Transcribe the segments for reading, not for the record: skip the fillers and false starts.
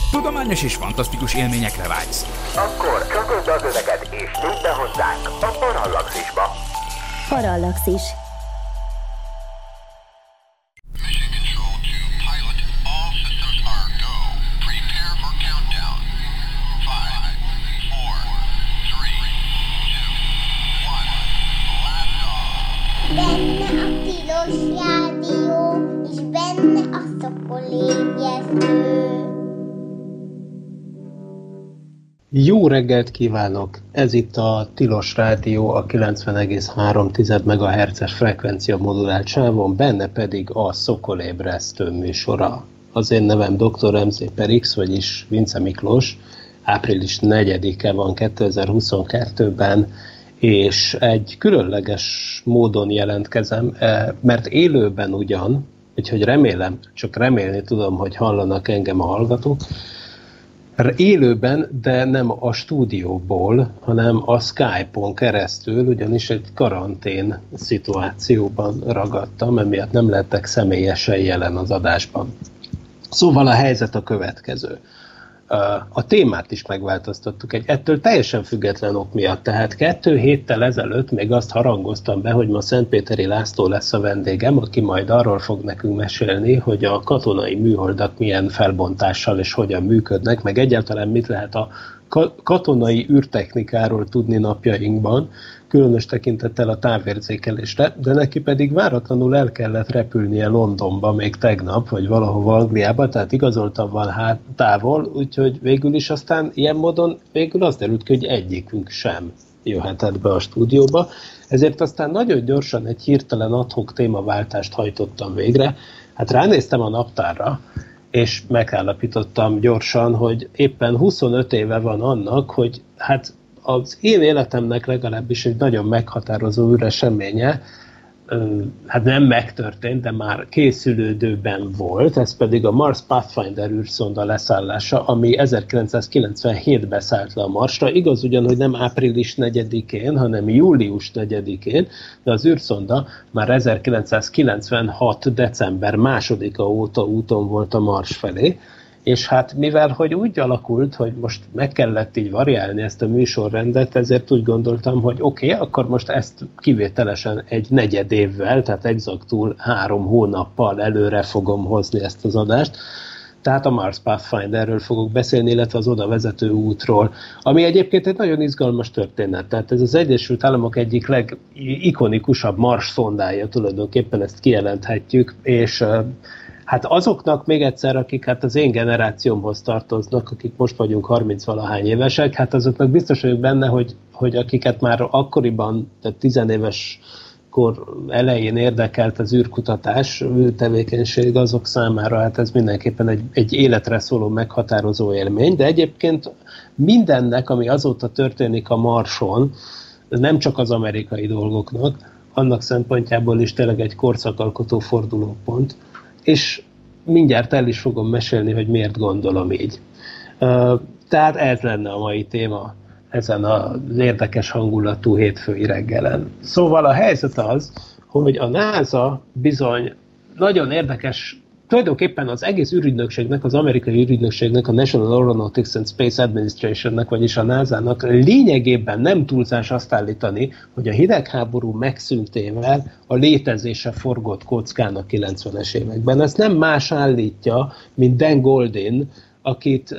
Tudományos és fantasztikus élményekre vágysz? Akkor csatold az öveket és nyújt be hozzánk a Parallaxisba. Parallaxis. Benne a tilos rádió, és benne a szokolébresztő. Jó reggelt kívánok! Ez itt a Tilos Rádió a 90,3 MHz-es frekvencia modulált sávon, benne pedig a Szokolébresztő műsora. Az én nevem Dr. MZ/X, vagyis Vince Miklós. Április 4-e van 2022-ben, és egy különleges módon jelentkezem, mert élőben ugyan, úgyhogy remélem, csak remélni tudom, hogy hallanak engem a hallgatók, élőben, de nem a stúdióból, hanem a Skype-on keresztül, ugyanis egy karantén szituációban ragadtam, emiatt nem lettek személyesen jelen az adásban. Szóval a helyzet a következő. A témát is megváltoztattuk ettől teljesen független ok miatt. Tehát 2 héttel ezelőtt még azt harangoztam be, hogy ma Szentpéteri László lesz a vendégem, aki majd arról fog nekünk mesélni, hogy a katonai műholdak milyen felbontással és hogyan működnek, meg egyáltalán mit lehet a katonai űrtechnikáról tudni napjainkban, különös tekintettel a távérzékelésre, de neki pedig váratlanul el kellett repülnie Londonba még tegnap, vagy valahova Angliába, tehát igazoltan van távol, úgyhogy végül is aztán ilyen módon végül az derült ki, hogy egyikünk sem jöhetett be a stúdióba, ezért aztán nagyon gyorsan egy hirtelen ad-hoc témaváltást hajtottam végre. Hát ránéztem a naptárra, és megállapítottam gyorsan, hogy éppen 25 éve van annak, hogy hát az én életemnek legalábbis egy nagyon meghatározó űreseménye, hát nem megtörtént, de már készülődőben volt, ez pedig a Mars Pathfinder űrszonda leszállása, ami 1997-ben szállt le a Marsra, igaz ugyan, hogy nem április 4-én, hanem július 4-én, de az űrszonda már 1996. december 2-a óta úton volt a Mars felé, és hát mivel, hogy úgy alakult, hogy most meg kellett így variálni ezt a műsorrendet, ezért úgy gondoltam, hogy oké, akkor most ezt kivételesen egy negyed évvel, tehát exaktul 3 hónappal előre fogom hozni ezt az adást. Tehát a Mars Pathfinderről fogok beszélni, illetve az oda vezető útról, ami egyébként egy nagyon izgalmas történet. Tehát ez az Egyesült Államok egyik legikonikusabb Mars szondája, tulajdonképpen ezt kijelenthetjük, és hát azoknak még egyszer, akik hát az én generációmhoz tartoznak, akik most vagyunk 30-valahány évesek, hát azoknak biztos vagyok benne, hogy akiket már akkoriban, tehát 10 éves kor elején érdekelt az űrkutatás, űrtevékenység, azok számára hát ez mindenképpen egy életre szóló meghatározó élmény, de egyébként mindennek, ami azóta történik a Marson, nem csak az amerikai dolgoknak, annak szempontjából is tényleg egy korszakalkotó fordulópont, és mindjárt el is fogom mesélni, hogy miért gondolom így. Tehát ez lenne a mai téma ezen az érdekes hangulatú hétfői reggelen. Szóval a helyzet az, hogy a NASA bizony nagyon érdekes, tulajdonképpen az egész űrügynökségnek, az amerikai űrügynökségnek, a National Aeronautics and Space Administrationnek, vagyis a NASA-nak lényegében nem túlzás azt állítani, hogy a hidegháború megszűntével a létezése forgott kockán a 90-es években. Ezt nem más állítja, mint Dan Goldin, akit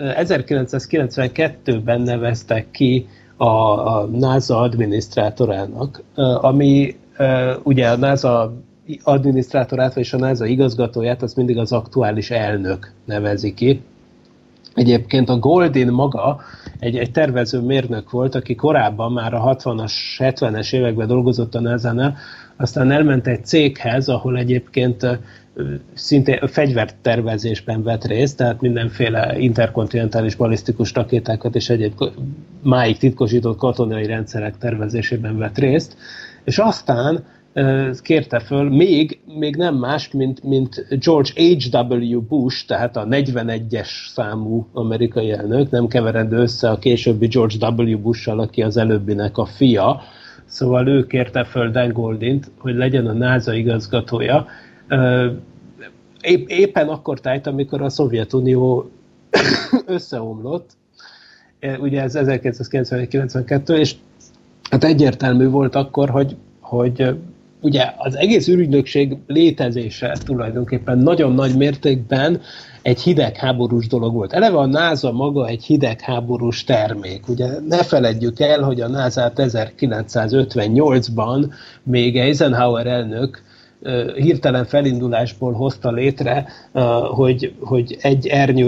1992-ben neveztek ki a NASA adminisztrátorának, ami ugye a NASA adminisztrátorát, és a NASA igazgatóját, az mindig az aktuális elnök nevezi ki. Egyébként a Goldin maga egy tervező mérnök volt, aki korábban már a 60-as, 70-es években dolgozott a NASA-nál, aztán elment egy céghez, ahol egyébként szintén fegyvertervezésben vett részt, tehát mindenféle interkontinentális balisztikus rakétákat és egyéb máig titkosított katonai rendszerek tervezésében vett részt, és aztán kérte föl még nem más, mint George H.W. Bush, tehát a 41-es számú amerikai elnök, nem keverendő össze a későbbi George W. Bush-sal, aki az előbbinek a fia. Szóval ő kérte föl Dan Goldint, hogy legyen a NASA igazgatója. Éppen akkor tájt, amikor a Szovjetunió összeomlott, ugye ez 1991-92, és hát egyértelmű volt akkor, hogy ugye az egész űrügynökség létezése tulajdonképpen nagyon nagy mértékben egy hidegháborús dolog volt. Eleve a NASA maga egy hidegháborús termék. Ugye ne feledjük el, hogy a NASA 1958-ban még Eisenhower elnök hirtelen felindulásból hozta létre, hogy egy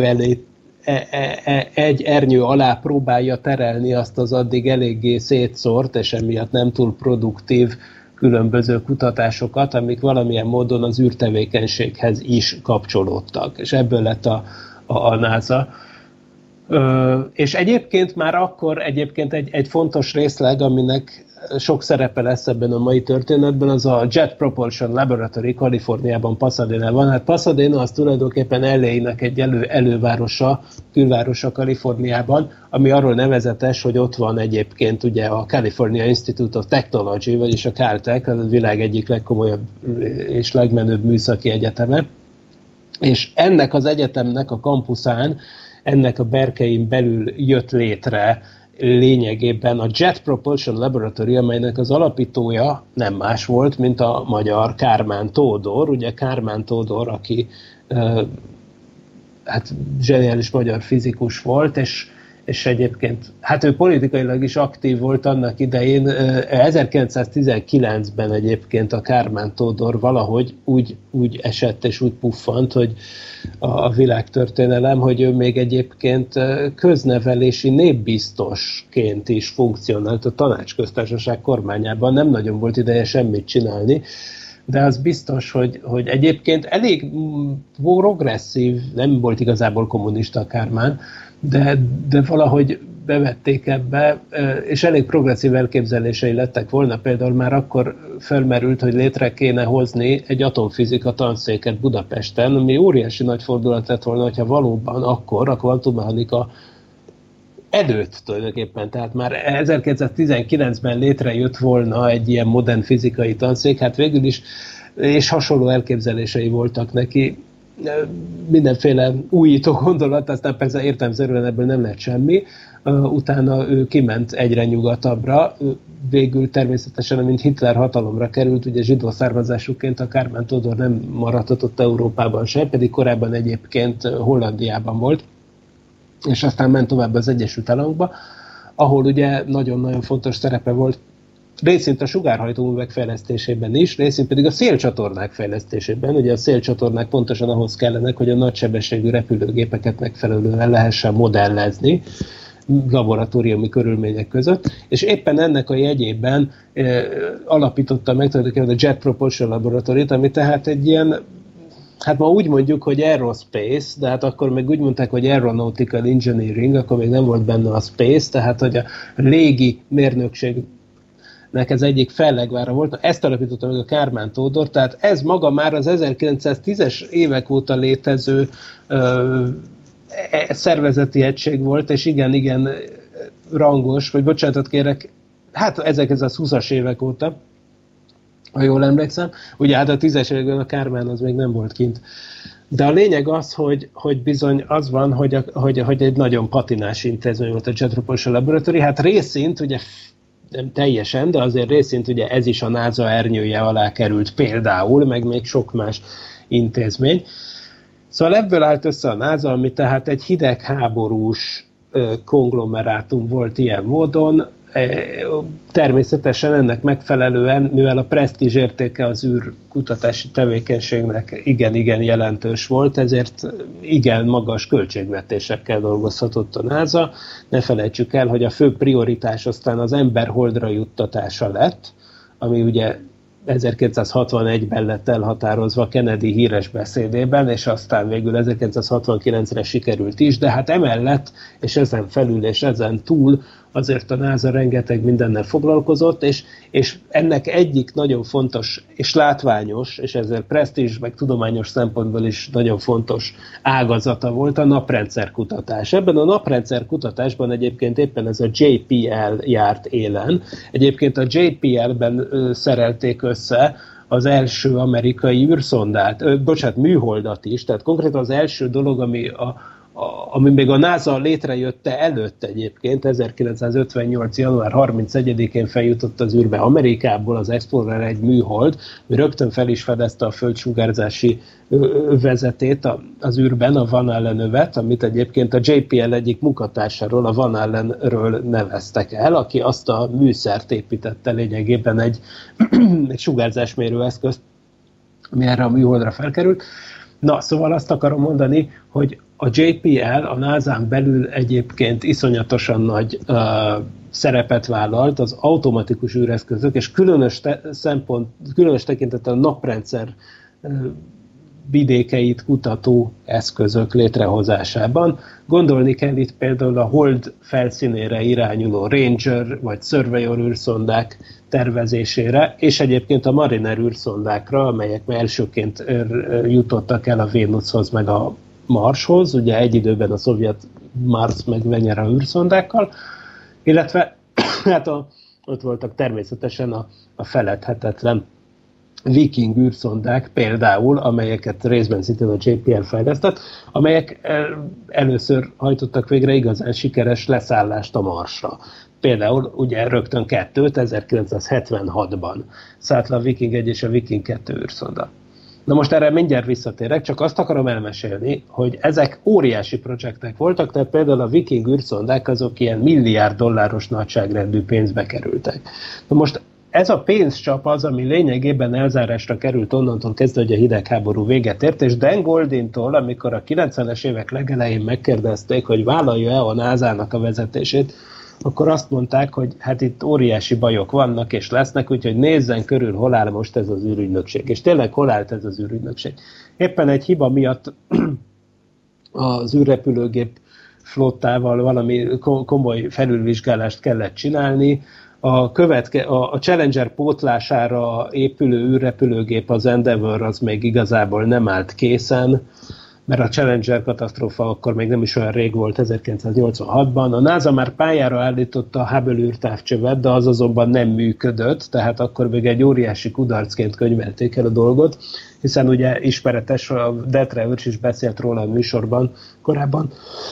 ernyő alá próbálja terelni azt az addig eléggé szétszórt, és emiatt nem túl produktív különböző kutatásokat, amik valamilyen módon az űrtevékenységhez is kapcsolódtak. És ebből lett a NASA. És egyébként már akkor egy fontos részleg, aminek sok szerepe lesz ebben a mai történetben, az a Jet Propulsion Laboratory Kaliforniában, Pasadena-ban. Hát Pasadena az tulajdonképpen LA-nek egy elővárosa, külvárosa Kaliforniában, ami arról nevezetes, hogy ott van egyébként ugye a California Institute of Technology, vagyis a Caltech, az a világ egyik legkomolyabb és legmenőbb műszaki egyeteme. És ennek az egyetemnek a kampuszán, ennek a berkein belül jött létre lényegében a Jet Propulsion Laboratory, amelynek az alapítója nem más volt, mint a magyar Kármán Tódor. Ugye Kármán Tódor, aki hát zseniális magyar fizikus volt, és egyébként, hát ő politikailag is aktív volt annak idején. 1919-ben egyébként a Kármán Tódor valahogy úgy esett és úgy puffant, hogy a világtörténelem, hogy ő még egyébként köznevelési népbiztosként is funkcionált a Tanácsköztársaság kormányában, nem nagyon volt ideje semmit csinálni, de az biztos, hogy egyébként elég progresszív, nem volt igazából kommunista a Kármán, de valahogy bevették ebbe, és elég progresszív elképzelései lettek volna. Például már akkor felmerült, hogy létre kéne hozni egy atomfizika tanszéket Budapesten, ami óriási nagy fordulat lett volna, hogyha valóban akkor a kvantummechanika előtt tulajdonképpen, tehát már 1919-ben létrejött volna egy ilyen modern fizikai tanszék, hát végül is, és hasonló elképzelései voltak neki, mindenféle újító gondolat, aztán persze értelemszerűen ebből nem lett semmi. Utána ő kiment egyre nyugatabbra, végül természetesen, mint Hitler hatalomra került, ugye zsidó származásúként a Kármán Tódor nem maradhatott Európában sem, pedig korábban egyébként Hollandiában volt, és aztán ment tovább az Egyesült Államokba, ahol ugye nagyon-nagyon fontos szerepe volt részint a sugárhajtóművek fejlesztésében is, részint pedig a szélcsatornák fejlesztésében. Ugye a szélcsatornák pontosan ahhoz kellenek, hogy a nagysebességű repülőgépeket megfelelően lehessen modellezni laboratóriumi körülmények között, és éppen ennek a jegyében alapította meg tulajdonképpen a Jet Propulsion Laboratory-t, ami tehát egy ilyen, hát ma úgy mondjuk, hogy aerospace, de hát akkor meg úgy mondták, hogy aeronautical engineering, akkor még nem volt benne a space, tehát hogy a légi mérnökségnek ez egyik fellegvára volt. Ezt alapította meg a Kármán Tódor, tehát ez maga már az 1910-es évek óta létező szervezeti egység volt, és igen rangos, vagy bocsánatot kérek, hát 1920-as évek óta, ha jól emlékszem, ugye hát a 10-es években a Kármán az még nem volt kint. De a lényeg az, hogy bizony az van, hogy egy nagyon patinás intézmény volt a Jet Propulsion Laboratory, hát részint, ugye nem teljesen, de azért részint ugye ez is a NASA ernyője alá került például, meg még sok más intézmény. Szóval ebből állt össze a NASA, ami tehát egy hidegháborús konglomerátum volt ilyen módon. Természetesen ennek megfelelően, mivel a presztízs értéke az űrkutatási tevékenységnek igen jelentős volt, ezért igen magas költségvetésekkel dolgozhatott a NASA. Ne felejtsük el, hogy a fő prioritás aztán az ember Holdra juttatása lett, ami ugye 1961-ben lett elhatározva Kennedy híres beszédében, és aztán végül 1969-re sikerült is, de hát emellett, és ezen felül, és ezen túl azért a NASA rengeteg mindennel foglalkozott, és ennek egyik nagyon fontos és látványos, és ezzel presztízs meg tudományos szempontból is nagyon fontos ágazata volt a naprendszerkutatás. Ebben a naprendszerkutatásban egyébként éppen ez a JPL járt élen. Egyébként a JPL-ben szerelték össze az első amerikai űrszondát, műholdat is, tehát konkrétan az első dolog, ami ami még a NASA létrejötte előtt egyébként, 1958. január 31-én feljutott az űrbe Amerikából az Explorer 1 műhold, ami rögtön fel is fedezte a földsugárzási övezetét az űrben, a Van Allen övet, amit egyébként a JPL egyik munkatársáról, a Van Allenről neveztek el, aki azt a műszert építette lényegében egy sugárzásmérő eszközt, ami erre a műholdra felkerült. Na, szóval azt akarom mondani, hogy a JPL a NASA-n belül egyébként iszonyatosan nagy szerepet vállalt az automatikus űreszközök, és különös tekintettel a naprendszer vidékeit kutató eszközök létrehozásában. Gondolni kell itt például a Hold felszínére irányuló Ranger vagy Surveyor űrszondák tervezésére, és egyébként a Mariner űrszondákra, amelyek elsőként jutottak el a Vénuszhoz meg a Marshoz, ugye egy időben a szovjet Mars meg Venera űrszondákkal, illetve hát ott voltak természetesen a feledhetetlen Viking űrszondák például, amelyeket részben szintén a JPL fejlesztett, amelyek először hajtottak végre igazán sikeres leszállást a Marsra. Például ugye rögtön 1976-ban szállt le a Viking 1 és a Viking 2 űrszonda. Na most erre mindjárt visszatérek, csak azt akarom elmesélni, hogy ezek óriási projektek voltak, tehát például a Viking űrszondák azok ilyen milliárd dolláros nagyságrendű pénzbe kerültek. Na most ez a pénzcsap az, ami lényegében elzárásra került onnantól kezdve, hogy a hidegháború véget ért, és Dan Goldintól, amikor a 90-es évek legelején megkérdezték, hogy vállalja-e a NASA-nak a vezetését, akkor azt mondták, hogy hát itt óriási bajok vannak és lesznek, úgyhogy nézzen körül, hol áll most ez az űrügynökség. És tényleg hol állt ez az űrügynökség? Éppen egy hiba miatt az űrrepülőgép flottával valami komoly felülvizsgálást kellett csinálni. A Challenger pótlására épülő űrrepülőgép, az Endeavour, az még igazából nem állt készen, mert a Challenger katasztrófa akkor még nem is olyan rég volt, 1986-ban. A NASA már pályára állította a Hubble űrtávcsövet, de az azonban nem működött, tehát akkor még egy óriási kudarcként könyvelték el a dolgot, hiszen ugye ismeretes, a Detre Őrs is beszélt róla a műsorban korábban,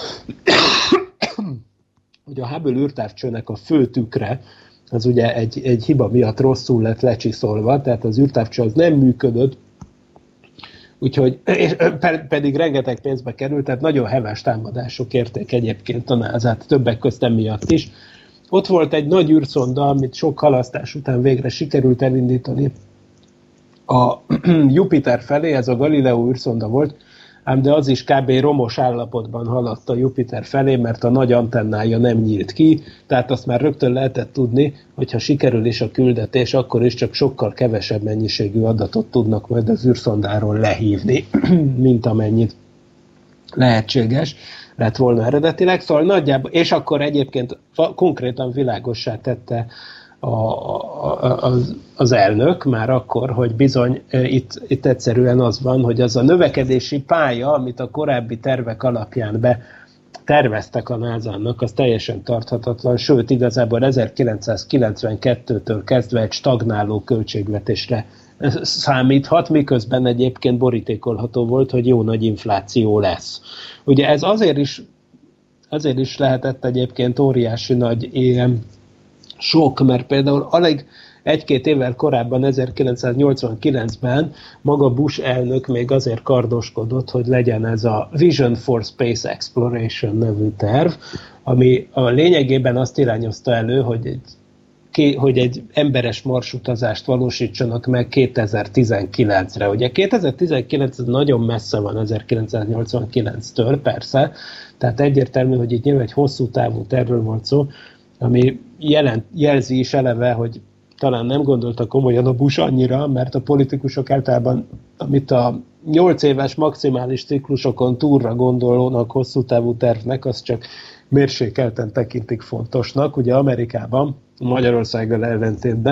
hogy a Hubble űrtávcsőnek a fő tükre, az ugye egy hiba miatt rosszul lett lecsiszolva, tehát az űrtávcső az nem működött, úgyhogy, pedig rengeteg pénzbe került, tehát nagyon heves támadások érték egyébként a NASA-t, többek közt emiatt is. Ott volt egy nagy űrszonda, amit sok halasztás után végre sikerült elindítani a Jupiter felé, ez a Galileo űrszonda volt, ám de az is kb. Romos állapotban haladt a Jupiter felé, mert a nagy antennája nem nyílt ki, tehát azt már rögtön lehetett tudni, hogyha sikerül is a küldetés, akkor is csak sokkal kevesebb mennyiségű adatot tudnak majd az űrszondáról lehívni, mint amennyit lehetséges lett volna eredetileg. Szóval nagyjából, és akkor egyébként konkrétan világossá tette az elnök már akkor, hogy bizony itt egyszerűen az van, hogy az a növekedési pálya, amit a korábbi tervek alapján terveztek a NASA-nak, az teljesen tarthatatlan, sőt igazából 1992-től kezdve egy stagnáló költségvetésre számíthat, miközben egyébként borítékolható volt, hogy jó nagy infláció lesz. Ugye ez azért is lehetett egyébként óriási nagy ilyen sok, mert például alig egy-két évvel korábban, 1989-ben maga Bush elnök még azért kardoskodott, hogy legyen ez a Vision for Space Exploration nevű terv, ami a lényegében azt irányozta elő, hogy egy emberes marsutazást valósítsanak meg 2019-re. Ugye 2019 nagyon messze van 1989-től, persze, tehát egyértelmű, hogy itt nyilván egy hosszú távú tervről volt szó, ami jelzi is eleve, hogy talán nem gondolta komolyan a Bush annyira, mert a politikusok általában, amit a 8 éves maximális ciklusokon túlra gondolónak hosszú távú tervnek, az csak mérsékelten tekintik fontosnak. Ugye Amerikában, Magyarországgal ellentétben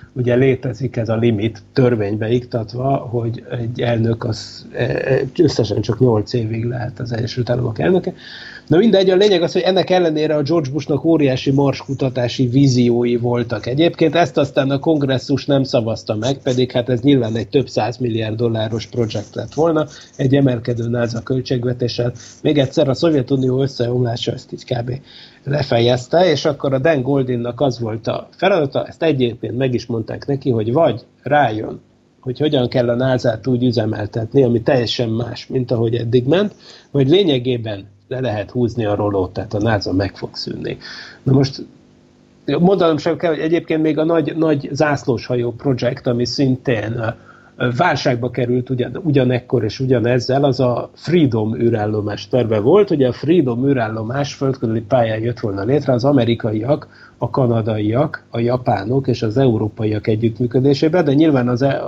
ugye létezik ez a limit törvénybe iktatva, hogy egy elnök az összesen csak 8 évig lehet az Egyesült Államok elnöke. Na mindegy, a lényeg az, hogy ennek ellenére a George Bushnak óriási marskutatási víziói voltak. Egyébként ezt aztán a kongresszus nem szavazta meg, pedig hát ez nyilván egy több 100 milliárd dolláros projekt lett volna, egy emelkedő NASA költségvetéssel. Még egyszer a Szovjetunió összeomlása ezt így kb. Lefejezte, és akkor a Dan Goldinnak az volt a feladata, ezt egyébként meg is mondták neki, hogy vagy rájön, hogy hogyan kell a NASA-t úgy üzemeltetni, ami teljesen más, mint ahogy eddig ment, vagy lényegében le lehet húzni a rolót, tehát a NASA meg fog szűnni. Na most mondanom sem kell, hogy egyébként még a nagy zászlóshajó projekt, ami szintén válságba került ugyanekkor és ugyanezzel, az a Freedom űrállomás terve volt. Ugye a Freedom űrállomás földkörüli pályán jött volna létre az amerikaiak, a kanadaiak, a japánok és az európaiak együttműködésében, de nyilván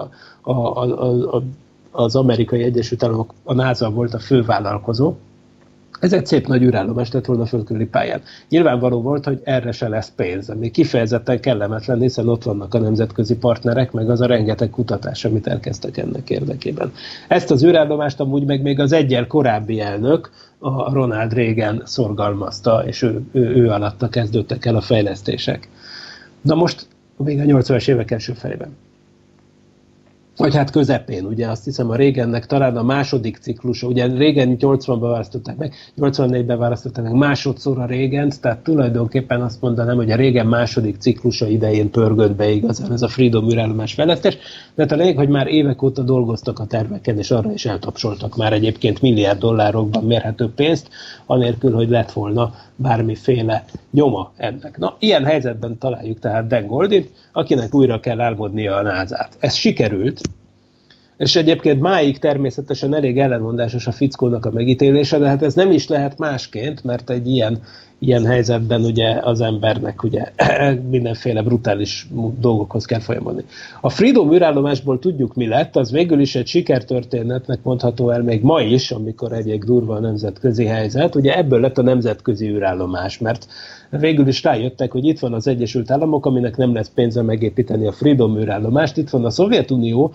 az Amerikai Egyesült Államok, a NASA volt a fővállalkozó. Ez egy szép nagy űrállomás lett volna a földkörüli pályán. Nyilvánvaló volt, hogy erre se lesz pénz, ami kifejezetten kellemetlen, hiszen ott vannak a nemzetközi partnerek, meg az a rengeteg kutatás, amit elkezdtek ennek érdekében. Ezt az űrállomást amúgy meg még az egyel korábbi elnök, a Ronald Reagan szorgalmazta, és ő alatta kezdődtek el a fejlesztések. Na most még a 80-as évek első felében. Vagy hát közepén, ugye azt hiszem a Reagannek talán a második ciklusa, ugye Reagan 80-ban választották meg, 84-ben választották meg másodszor a Reagant, tehát tulajdonképpen azt mondanám, hogy a Reagan második ciklusa idején pörgött be igazán ez a Freedom űrállomás fejlesztés, de a lényeg, hogy már évek óta dolgoztak a terveken, és arra is eltapsoltak már egyébként milliárd dollárokban mérhető pénzt, anélkül, hogy lett volna bármiféle nyoma ennek. Na, ilyen helyzetben találjuk tehát Dan Goldint, akinek újra kell álmodnia a NASA-t. Ez sikerült, és egyébként máig természetesen elég ellenmondásos a fickónak a megítélése, de hát ez nem is lehet másként, mert egy ilyen helyzetben ugye az embernek ugye mindenféle brutális dolgokhoz kell folyamodni. A Freedom űrállomásból tudjuk, mi lett, az végül is egy sikertörténetnek mondható el még ma is, amikor egyik durva a nemzetközi helyzet. Ugye ebből lett a nemzetközi űrállomás, mert végül is rájöttek, hogy itt van az Egyesült Államok, aminek nem lesz pénze megépíteni a Freedom űrállomást, itt van a Szovjetunió,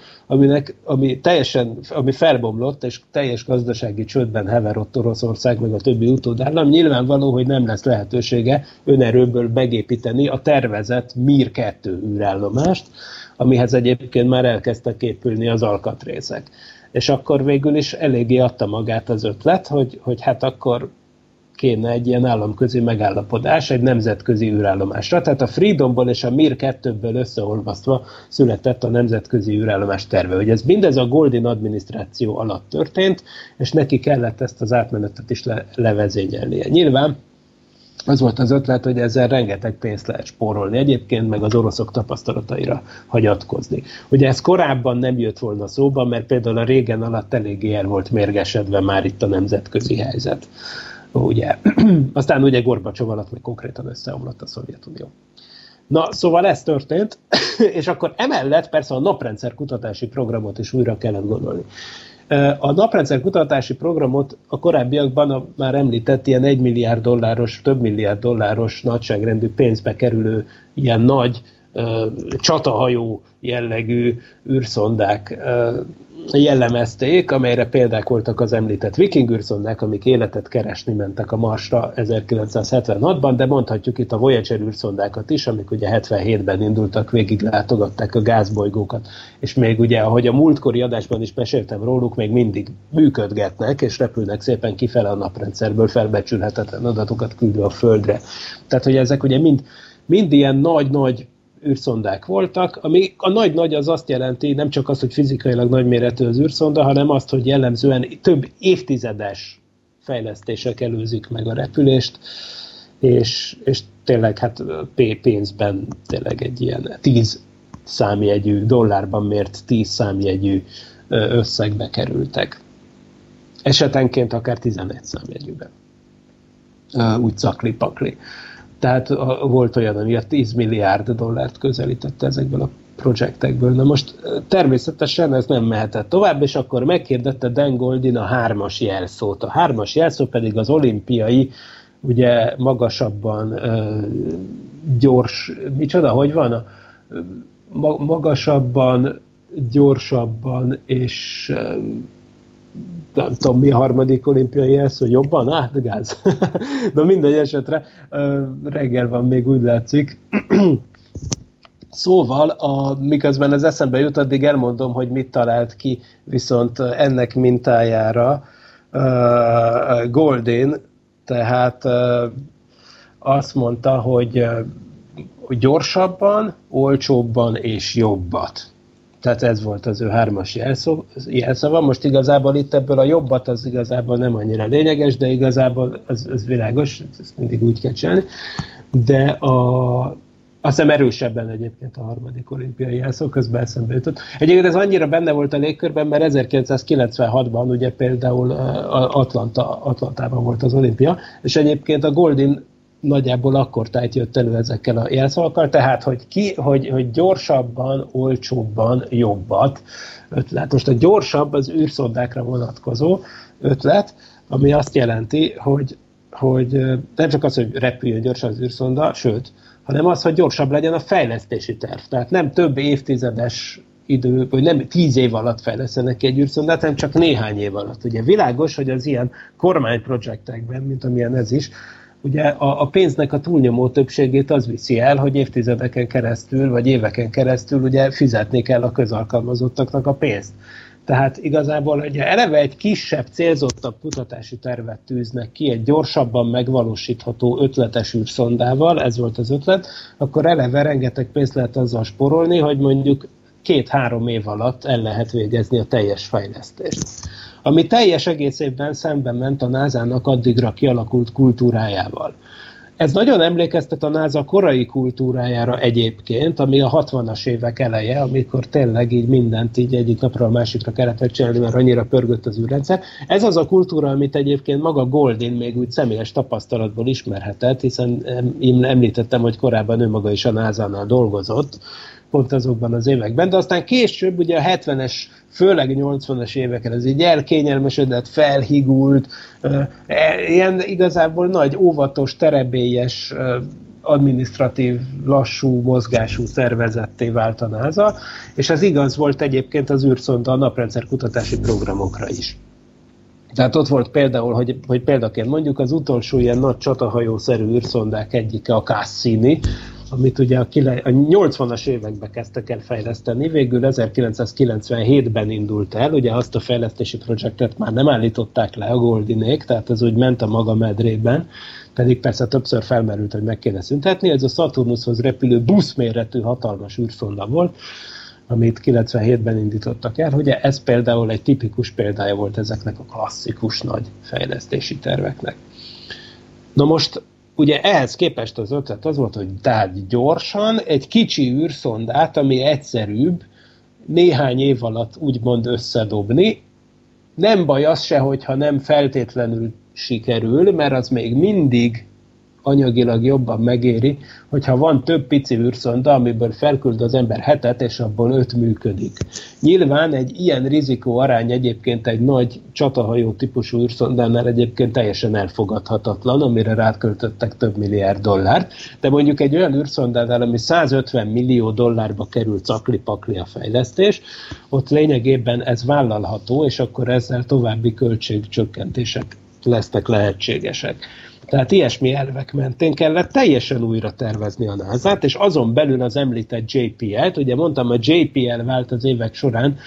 ami felbomlott, és teljes gazdasági csődben heverott Oroszország, meg a többi utódállam. Nyilvánvaló, hogy nem lesz lehetősége önerőből megépíteni a tervezett Mir 2 űrállomást, amihez egyébként már elkezdtek épülni az alkatrészek. És akkor végül is eléggé adta magát az ötlet, hogy hát akkor kéne egy ilyen államközi megállapodás egy nemzetközi űrállomásra. Tehát a Freedomból és a Mir 2-ből összeolvasztva született a nemzetközi űrállomás terve. Ugye ez mindez a Goldin adminisztráció alatt történt, és neki kellett ezt az átmenetet is levezényelnie. Nyilván az volt az ötlet, hogy ezzel rengeteg pénzt lehet spórolni egyébként, meg az oroszok tapasztalataira hagyatkozni. Ugye ez korábban nem jött volna szóba, mert például a Reagan alatt eléggé el volt mérgesedve már itt a nemzetközi helyzet. Ugye. Aztán ugye Gorbacsov alatt meg konkrétan összeomlott a Szovjetunió. Na, szóval ez történt, és akkor emellett persze a naprendszer kutatási programot is újra kellett gondolni. A naprendszer kutatási programot a korábbiakban a már említett ilyen 1 milliárd dolláros, több milliárd dolláros nagyságrendű pénzbe kerülő ilyen nagy csatahajó jellegű űrszondák jellemezték, amelyre példák voltak az említett viking űrszondák, amik életet keresni mentek a Marsra 1976-ban, de mondhatjuk itt a Voyager űrszondákat is, amik ugye 77-ben indultak, végig látogatták a gázbolygókat, és még ugye, ahogy a múltkori adásban is meséltem róluk, még mindig működgetnek, és repülnek szépen kifele a naprendszerből, felbecsülhetetlen adatokat küldve a Földre. Tehát, hogy ezek ugye mind ilyen nagy-nagy űrszondák voltak, ami a nagy-nagy az azt jelenti, nem csak az, hogy fizikailag nagyméretű az űrszonda, hanem azt, hogy jellemzően több évtizedes fejlesztések előzik meg a repülést, és tényleg hát pénzben tényleg egy ilyen 10 számjegyű, dollárban mért 10 számjegyű összegbe kerültek. Esetenként akár 11 számjegyűben. Úgy szakli-pakli. Tehát volt olyan, ami a 10 milliárd dollárt közelítette ezekből a projektekből. Na most természetesen ez nem mehetett tovább, és akkor megkérdette Dan Goldin a 3-as jelszót. A 3-as jelszó pedig az olimpiai, ugye magasabban gyors, micsoda, hogy van? magasabban, gyorsabban, és nem tudom, mi a harmadik olimpiai jelszó, jobban? Gáz. De mindegy esetre, reggel van még, úgy látszik. Szóval, miközben ez eszembe jut, addig elmondom, hogy mit talált ki viszont ennek mintájára Goldin, tehát azt mondta, hogy gyorsabban, olcsóbban és jobbat. Tehát ez volt az ő 3-as jelszava. Most igazából itt ebből a jobbat az igazából nem annyira lényeges, de igazából az világos, ezt mindig úgy kell csinálni. De azt hiszem erősebben egyébként a harmadik olimpiai jelszó, közben eszembe jutott. Egyébként ez annyira benne volt a légkörben, mert 1996-ban ugye például Atlantában volt az olimpia, és egyébként a Goldin nagyjából akkor tájt jött elő ezekkel a jelszavakkal, tehát hogy gyorsabban, olcsóbban, jobbat ötlet. Most a gyorsabb az űrszondákra vonatkozó ötlet, ami azt jelenti, hogy nem csak az, hogy repüljön gyorsan az űrszonda, sőt, hanem az, hogy gyorsabb legyen a fejlesztési terv. Tehát nem több évtizedes idő, vagy nem 10 év alatt fejlesztenek egy űrszondát, hanem csak néhány év alatt. Ugye világos, hogy az ilyen kormányprojektekben, mint amilyen ez is, ugye a pénznek a túlnyomó többségét az viszi el, hogy évtizedeken keresztül, vagy éveken keresztül ugye fizetni kell a közalkalmazottaknak a pénzt. Tehát igazából ugye eleve egy kisebb, célzottabb kutatási tervet tűznek ki, egy gyorsabban megvalósítható ötletes űrszondával, ez volt az ötlet, akkor eleve rengeteg pénzt lehet azzal spórolni, hogy mondjuk 2-3 év alatt el lehet végezni a teljes fejlesztést. Ami teljes egészében szemben ment a NASA-nak addigra kialakult kultúrájával. Ez nagyon emlékeztet a NASA korai kultúrájára egyébként, ami a 60-as évek eleje, amikor tényleg így mindent így egyik napra a másikra kellett csinálni, mert annyira pörgött az űrrendszer. Ez az a kultúra, amit egyébként maga Goldin még úgy személyes tapasztalatból ismerhetett, hiszen én említettem, hogy korábban ő maga is a NASA-nál dolgozott, pont azokban az években, de aztán később ugye a 70-es, főleg 80-as éveken ez így elkényelmesedett, felhigult, ilyen igazából nagy, óvatos, terebélyes, adminisztratív, lassú, mozgású szervezetté vált a NASA, és ez igaz volt egyébként az űrszonda a naprendszer kutatási programokra is. Tehát ott volt például, hogy példaként mondjuk az utolsó ilyen nagy csatahajószerű űrszondák egyike a Cassini, amit ugye a 80-as években kezdtek el fejleszteni, végül 1997-ben indult el, ugye azt a fejlesztési projektet már nem állították le a Goldinék, tehát ez úgy ment a maga medrében, pedig persze többször felmerült, hogy meg kéne szüntetni, ez a Saturnushoz repülő buszméretű hatalmas űrszonda volt, amit 97-ben indítottak el, ugye ez például egy tipikus példája volt ezeknek a klasszikus nagy fejlesztési terveknek. Na most ugye ehhez képest az ötlet az volt, hogy tehát gyorsan egy kicsi űrszondát, ami egyszerűbb, néhány év alatt úgymond összedobni. Nem baj az se, hogyha nem feltétlenül sikerül, mert az még mindig anyagilag jobban megéri, hogyha van több pici űrszonda, amiből felküld az ember 7, és abból 5 működik. Nyilván egy ilyen rizikó arány egyébként egy nagy csatahajó típusú űrszondánál egyébként teljesen elfogadhatatlan, amire ráköltöttek több milliárd dollárt, de mondjuk egy olyan űrszondánál, ami 150 millió dollárba kerül cakli-pakli a fejlesztés, ott lényegében ez vállalható, és akkor ezzel további költségcsökkentések lesznek lehetségesek. Tehát ilyesmi elvek mentén kellett teljesen újra tervezni a NASA-t, és azon belül az említett JPL-t, ugye mondtam, a JPL vált az évek során,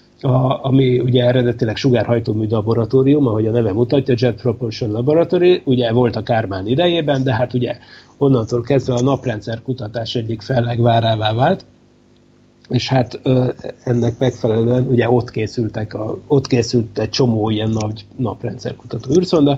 ami ugye eredetileg sugárhajtómű laboratórium, ahogy a neve mutatja, Jet Propulsion Laboratory, ugye volt a Kármán idejében, de hát ugye onnantól kezdve a naprendszer kutatás egyik fellegvárává vált, és hát ennek megfelelően ugye ott készült egy csomó ilyen nagy naprendszerkutató űrszonda.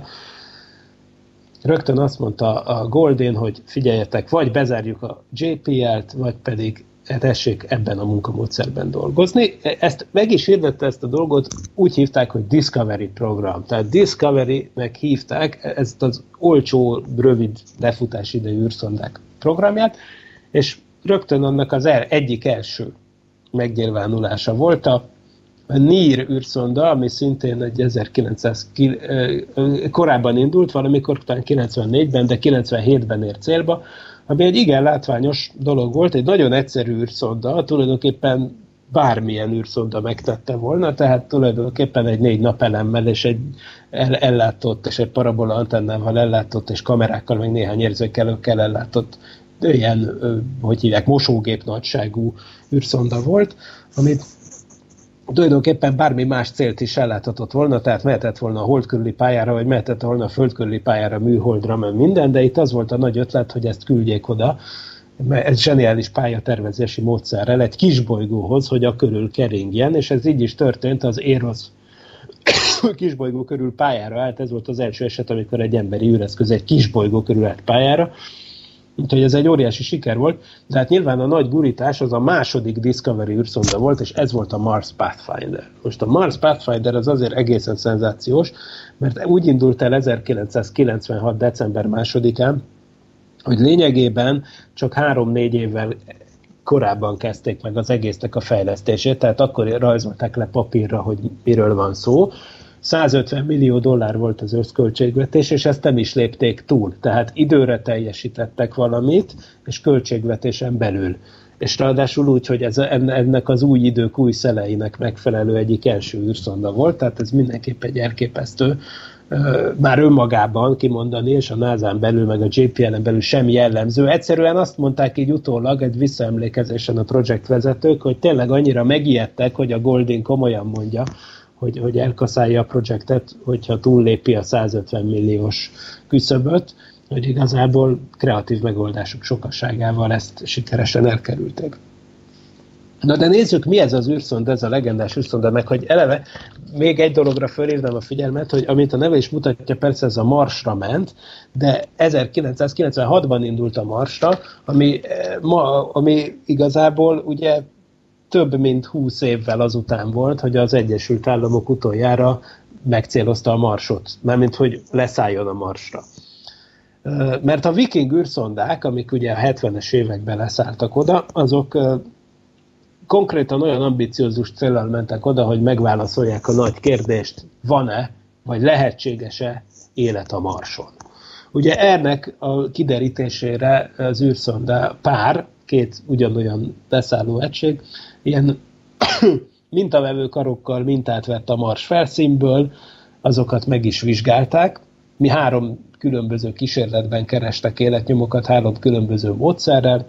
Rögtön azt mondta a Goldin, hogy figyeljetek, vagy bezárjuk a JPL-t, vagy pedig tessék ebben a munkamódszerben dolgozni. Ezt meg is hirdette ezt a dolgot, úgy hívták, hogy Discovery program. Tehát Discovery-nek hívták ezt az olcsó, rövid lefutásidejű űrszondák programját, és rögtön annak az egyik első megnyilvánulása volt a NIR űrszonda, ami szintén egy 1900 korábban indult, valamikor talán 94-ben, de 97-ben ért célba, ami egy igen látványos dolog volt, egy nagyon egyszerű űrszonda, tulajdonképpen bármilyen űrszonda megtette volna, tehát tulajdonképpen egy 4 napelemmel és egy ellátott, és egy parabola antennával ellátott, és kamerákkal, meg néhány érzékelőkkel ellátott ilyen, hogy hívják, mosógép nagyságú űrszonda volt, amit tulajdonképpen bármi más célt is elláthatott volna, tehát mehetett volna a hold körüli pályára, vagy mehetett volna a föld körüli pályára, műholdra, meg minden, de itt az volt a nagy ötlet, hogy ezt küldjék oda, egy zseniális pályatervezési módszerrel egy kisbolygóhoz, hogy a körül keringjen, és ez így is történt, az Eros kisbolygó körül pályára állt, ez volt az első eset, amikor egy emberi űreszköz egy kisbolygó körül állt pályára, úgyhogy ez egy óriási siker volt, de hát nyilván a nagy gurítás az a második Discovery űrszonda volt, és ez volt a Mars Pathfinder. Most a Mars Pathfinder az azért egészen szenzációs, mert úgy indult el 1996. december 2-án, hogy lényegében csak 3-4 évvel korábban kezdték meg az egésznek a fejlesztését, tehát akkor rajzolták le papírra, hogy miről van szó. $150 millió volt az összköltségvetés, és ezt nem is lépték túl. Tehát időre teljesítettek valamit, és költségvetésen belül. És ráadásul úgy, hogy ennek az új idők új szeleinek megfelelő egyik első űrszonda volt, tehát ez mindenképp egy elképesztő, már önmagában kimondani, és a NASA-n belül, meg a JPL-en belül sem jellemző. Egyszerűen azt mondták így utólag, egy visszaemlékezésen a projektvezetők, hogy tényleg annyira megijedtek, hogy a Goldin komolyan mondja, hogy elkaszálja a projektet, hogyha túllépi a 150 milliós küszöböt, hogy igazából kreatív megoldások sokasságával ezt sikeresen elkerülték. Na de nézzük, mi ez az űrszonda, ez a legendás űrszonda, meg hogy eleve még egy dologra fölhívnám a figyelmet, hogy amit a neve is mutatja, persze ez a Marsra ment, de 1996-ban indult a Marsra, ami igazából ugye több mint 20 évvel azután volt, hogy az Egyesült Államok utoljára megcélozta a Marsot, mármint hogy leszálljon a Marsra. Mert a Viking űrszondák, amik ugye a 70-es években leszálltak oda, azok konkrétan olyan ambiciózus céllal mentek oda, hogy megválaszolják a nagy kérdést, van-e, vagy lehetséges-e élet a Marson. Ugye ennek a kiderítésére az űrszonda két ugyanolyan leszálló egység, ilyen mintavevő karokkal mintát vett a Mars felszínből, azokat meg is vizsgálták. Mi 3 különböző kísérletben kerestek életnyomokat, 3 különböző módszerrel.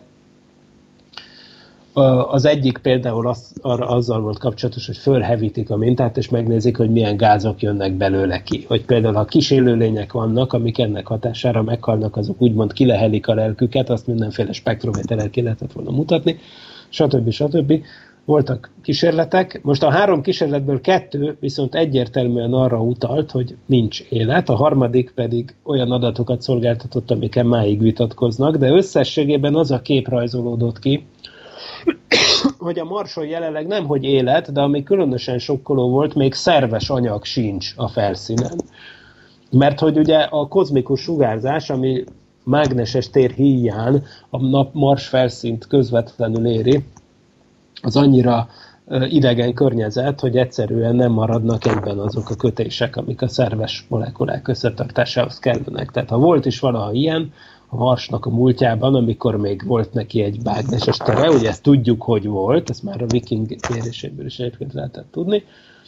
Az egyik például azzal volt kapcsolatos, hogy fölhevítik a mintát, és megnézik, hogy milyen gázok jönnek belőle ki. Hogy például, ha kis élőlények vannak, amik ennek hatására meghalnak, azok úgymond kilehelik a lelküket, azt mindenféle spektrométerrel ki lehetett volna mutatni, stb. Voltak kísérletek. Most a 3 kísérletből 2 viszont egyértelműen arra utalt, hogy nincs élet, a harmadik pedig olyan adatokat szolgáltatott, amiken máig vitatkoznak, de összességében az a kép rajzolódott ki, hogy a Marson jelenleg nem, hogy élet, de ami különösen sokkoló volt, még szerves anyag sincs a felszínen. Mert hogy ugye a kozmikus sugárzás, ami mágneses tér híján a Mars felszínt közvetlenül éri, az annyira idegen környezet, hogy egyszerűen nem maradnak egyben azok a kötések, amik a szerves molekulák összetartásához kellenek. Tehát ha volt is valaha ilyen, a Marsnak a múltjában, amikor még volt neki egy mágneses tere, ugye ezt tudjuk, hogy volt, ezt már a Viking méréséből is egyébként lehetett tudni,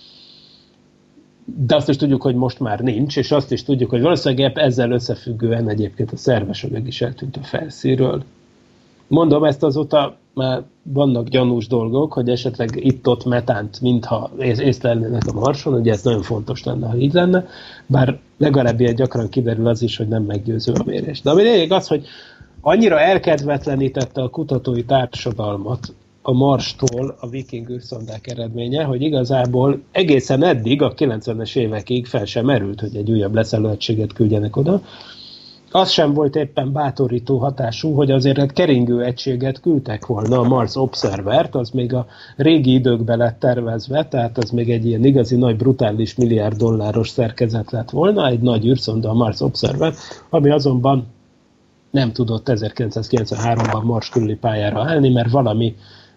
de azt is tudjuk, hogy most már nincs, és azt is tudjuk, hogy valószínűleg ezzel összefüggően egyébként a szerves anyag is eltűnt a felszínről. Mondom, ezt azóta már vannak gyanús dolgok, hogy esetleg itt-ott metánt mintha észlelnének a Marson, ugye ez nagyon fontos lenne, ha így lenne, bár legalább ilyen gyakran kiderül az is, hogy nem meggyőző a mérés. De ami lényeg az, hogy annyira elkedvetlenítette a kutatói társadalmat a Marstól a Viking űrszondák eredménye, hogy igazából egészen eddig, a 90-es évekig fel sem merült, hogy egy újabb leszálló egységet küldjenek oda. Az sem volt éppen bátorító hatású, hogy azért egy keringő egységet küldtek volna, a Mars Observert, az még a régi időkben lett tervezve, tehát az még egy ilyen igazi nagy, brutális $1 milliárd szerkezet lett volna, egy nagy űrszonda, a Mars Observer, ami azonban nem tudott 1993-ban Mars körüli pályára állni, mert valami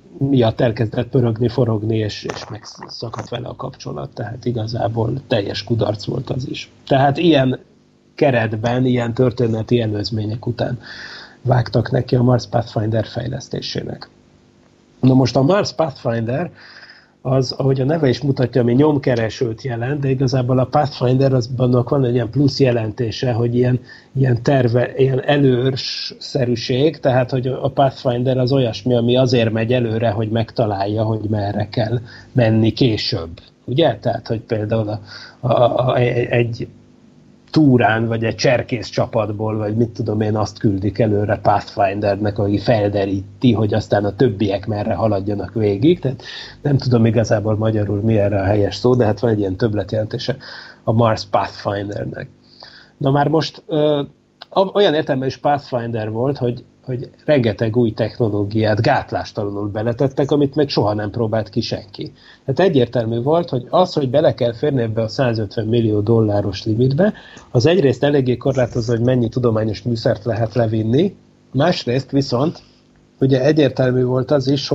miatt elkezdett pörögni, forogni, és megszakadt vele a kapcsolat, tehát igazából teljes kudarc volt az is. Tehát ilyen keretben, ilyen történeti előzmények után vágtak neki a Mars Pathfinder fejlesztésének. Na most a Mars Pathfinder az, ahogy a neve is mutatja, ami nyomkeresőt jelent, de igazából a Pathfinder azbannak van egy ilyen plusz jelentése, hogy ilyen előrszerűség, tehát hogy a Pathfinder az olyasmi, ami azért megy előre, hogy megtalálja, hogy merre kell menni később. Ugye? Tehát, hogy például egy túrán, vagy egy cserkész csapatból, vagy mit tudom én, azt küldik előre Pathfindernek, aki felderíti, hogy aztán a többiek merre haladjanak végig. Tehát nem tudom igazából magyarul mi erre a helyes szó, de hát van egy ilyen többletjelentése a Mars Pathfindernek. Na már most olyan értelemben is Pathfinder volt, hogy rengeteg új technológiát gátlástalanul beletettek, amit meg soha nem próbált ki senki. Tehát egyértelmű volt, hogy az, hogy bele kell férni ebbe a $150 millió limitbe, az egyrészt eléggé korlátozza, hogy mennyi tudományos műszert lehet levinni, másrészt viszont ugye egyértelmű volt az is,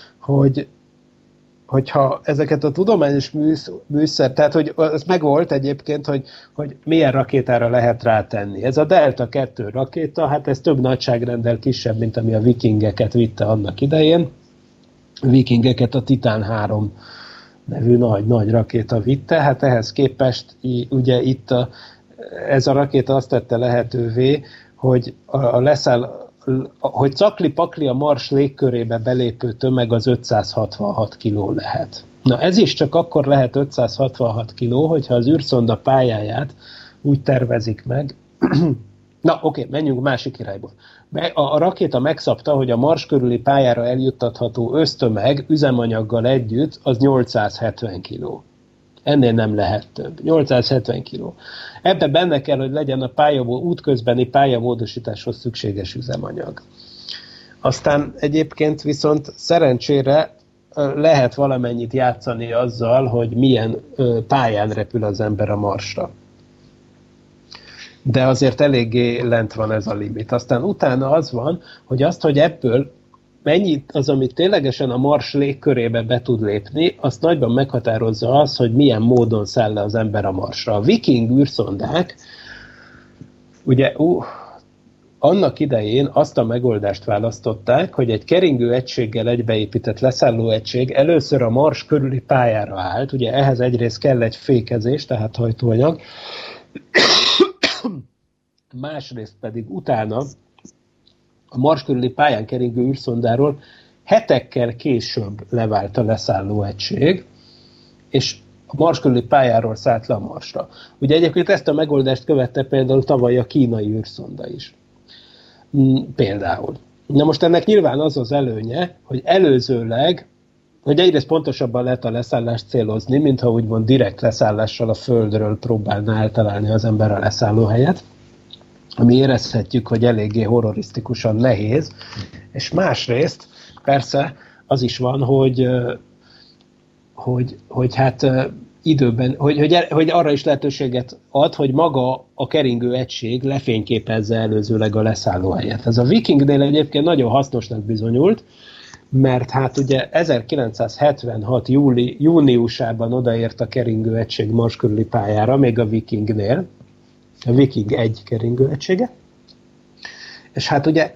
hogyha ezeket a tudományos műszer, tehát hogy az megvolt egyébként, hogy milyen rakétára lehet rátenni. Ez a Delta 2 rakéta, hát ez több nagyságrendel kisebb, mint ami a Vikingeket vitte annak idején. A Vikingeket a Titan 3 nevű nagy rakéta vitte, hát ehhez képest ugye itt ez a rakéta azt tette lehetővé, hogy hogy cakli-pakli a Mars légkörébe belépő tömeg az 566 kiló lehet. Na ez is csak akkor lehet 566 kiló, hogyha az űrszonda pályáját úgy tervezik meg. Na oké, menjünk másik irányból. A rakéta megszabta, hogy a Mars körüli pályára eljuttatható össztömeg üzemanyaggal együtt az 870 kiló. Ennél nem lehet több. 870 kiló. Ebben benne kell, hogy legyen a útközbeni pályamódosításhoz szükséges üzemanyag. Aztán egyébként viszont szerencsére lehet valamennyit játszani azzal, hogy milyen pályán repül az ember a Marsra. De azért eléggé lent van ez a limit. Aztán utána az van, hogy hogy ebből mennyit az, amit ténylegesen a Mars légkörébe be tud lépni, azt nagyban meghatározza az, hogy milyen módon száll le az ember a Marsra. A Viking űrszondák, ugye annak idején azt a megoldást választották, hogy egy keringő egységgel egybeépített leszálló egység először a Mars körüli pályára állt, ugye ehhez egyrészt kell egy fékezés, tehát hajtóanyag, másrészt pedig utána a Mars körüli pályán keringő űrszondáról hetekkel később levált a leszálló egység, és a Mars körüli pályáról szállt le a Marsra. Ugye egyébként ezt a megoldást követte például tavaly a kínai űrszonda is. Például. Na most ennek nyilván az az előnye, hogy előzőleg, hogy egyrészt pontosabban lehet a leszállást célozni, mintha úgymond direkt leszállással a Földről próbálna eltalálni az ember a leszállóhelyet, ami érezhetjük, hogy eléggé horrorisztikusan nehéz, és másrészt persze az is van, hogy hát időben, hogy arra is lehetőséget ad, hogy maga a keringő egység lefényképezze előzőleg a leszállóhelyet. Ez a Vikingnél egyébként nagyon hasznosnak bizonyult, mert hát ugye 1976. júniusában odaért a keringő egység Mars körüli pályára, még a Vikingnél, a Viking 1 keringő egysége, és hát ugye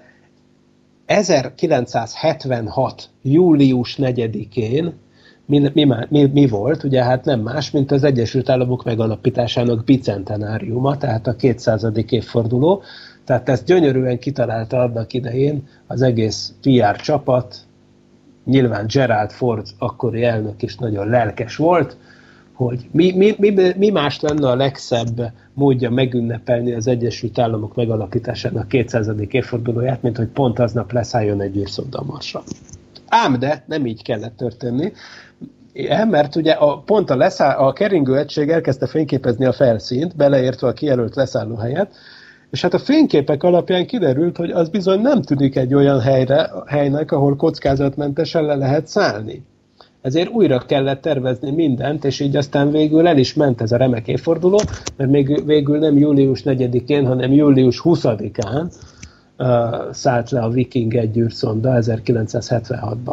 1976. július 4-én mi volt? Ugye hát nem más, mint az Egyesült Államok megalapításának bicentenáriuma, tehát a 200. évforduló. Tehát ezt gyönyörűen kitalálta annak idején az egész PR csapat, nyilván Gerald Ford akkori elnök is nagyon lelkes volt, hogy mi más lenne a legszebb módja megünnepelni az Egyesült Államok megalapításának 200. évfordulóját, mint hogy pont aznap leszálljon egy űrszonda a Marsra. Ám de nem így kellett történni, mert ugye pont a keringő egység elkezdte fényképezni a felszínt, beleértve a kijelölt leszállóhelyet, és hát a fényképek alapján kiderült, hogy az bizony nem tűnik egy olyan helynek, ahol kockázatmentesen le lehet szállni. Ezért újra kellett tervezni mindent, és így aztán végül el is ment ez a remek évforduló, mert még végül nem július 4-én, hanem július 20-án szállt le a Viking 1 űrszonda 1976-ban.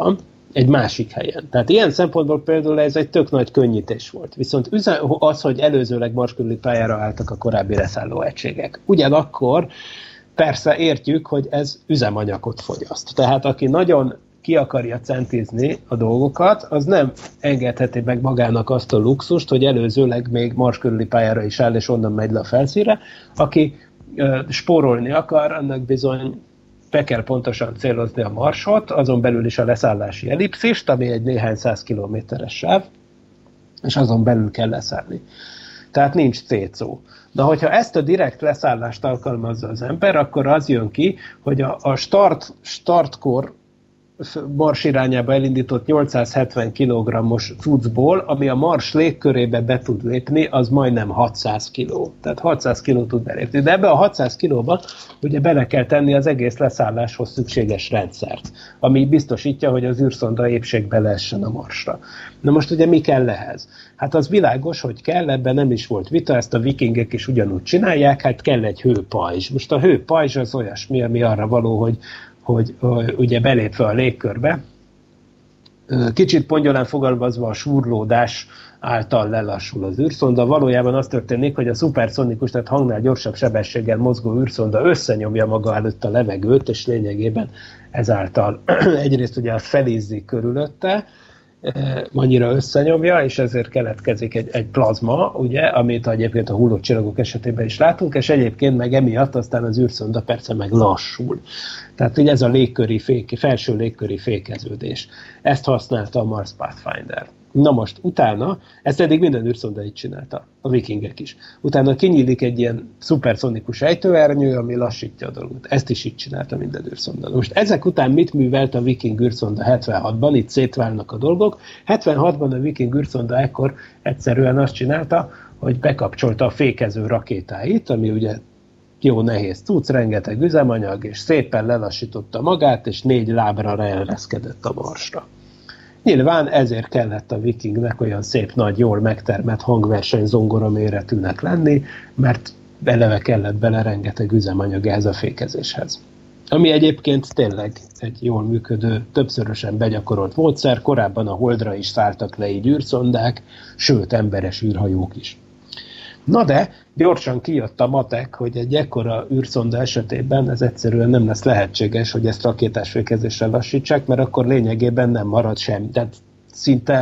egy másik helyen. Tehát ilyen szempontból például ez egy tök nagy könnyítés volt. Viszont az, hogy előzőleg Mars körüli pályára álltak a korábbi leszálló egységek. Ugyanakkor persze értjük, hogy ez üzemanyagot fogyaszt. Tehát aki nagyon ki akarja centizni a dolgokat, az nem engedheti meg magának azt a luxust, hogy előzőleg még Mars körüli pályára is áll, és onnan megy le a felszínre. Aki spórolni akar, annak bizony be kell pontosan célozni a Marsot, azon belül is a leszállási ellipszist, ami egy néhány 100 kilométeres sáv, és azon belül kell leszállni. Tehát nincs cécó. De hogyha ezt a direkt leszállást alkalmazza az ember, akkor az jön ki, hogy a startkor Mars irányába elindított 870 kg-os cuccból, ami a Mars légkörébe be tud lépni, az majdnem 600 kg. Tehát 600 kg tud belépni. De ebbe a 600 kg-ba ugye bele kell tenni az egész leszálláshoz szükséges rendszert, ami biztosítja, hogy az űrszonda épségbe leessen a Marsra. Na most ugye mi kell ehhez? Hát az világos, hogy kell, ebben nem is volt vita, ezt a vikingek is ugyanúgy csinálják, hát kell egy hőpajzs. Most a hőpajzs az olyasmi, ami arra való, hogy ugye belépve a légkörbe, kicsit pongyolán fogalmazva a súrlódás által lelassul az űrszonda. Valójában az történik, hogy a szuperszonikus, tehát hangnál gyorsabb sebességgel mozgó űrszonda összenyomja maga előtt a levegőt, és lényegében ezáltal egyrészt ugye felizzik körülötte, annyira összenyomja, és ezért keletkezik egy plazma, ugye, amit egyébként a hullott csillagok esetében is látunk, és egyébként meg emiatt aztán az űrszonda persze meg lassul. Tehát ugye ez a felső légköri fékeződés. Ezt használta a Mars Pathfinder. Na most utána, ezt eddig minden űrszonda így csinálta, a vikingek is. Utána kinyílik egy ilyen szuperszonikus ejtőernyő, ami lassítja a dolgot. Ezt is így csinálta minden űrszonda. Most ezek után mit művelt a viking űrszonda 76-ban? Itt szétválnak a dolgok. 76-ban a viking űrszonda ekkor egyszerűen azt csinálta, hogy bekapcsolta a fékező rakétáit, ami ugye jó nehéz cucc, rengeteg üzemanyag, és szépen lelassította magát, és 4 lábra elreszkedett a Marsra. Nyilván ezért kellett a vikingnek olyan szép, nagy, jól megtermett hangverseny zongora méretűnek lenni, mert eleve kellett bele rengeteg üzemanyag ehhez a fékezéshez. Ami egyébként tényleg egy jól működő, többszörösen begyakorolt módszer, korábban a Holdra is szálltak le így űrszondák, sőt emberes űrhajók is. Na de gyorsan kijött a matek, hogy egy ekkora űrszonda esetében ez egyszerűen nem lesz lehetséges, hogy ezt rakétás fékezésre lassítsák, mert akkor lényegében nem marad sem. Tehát szinte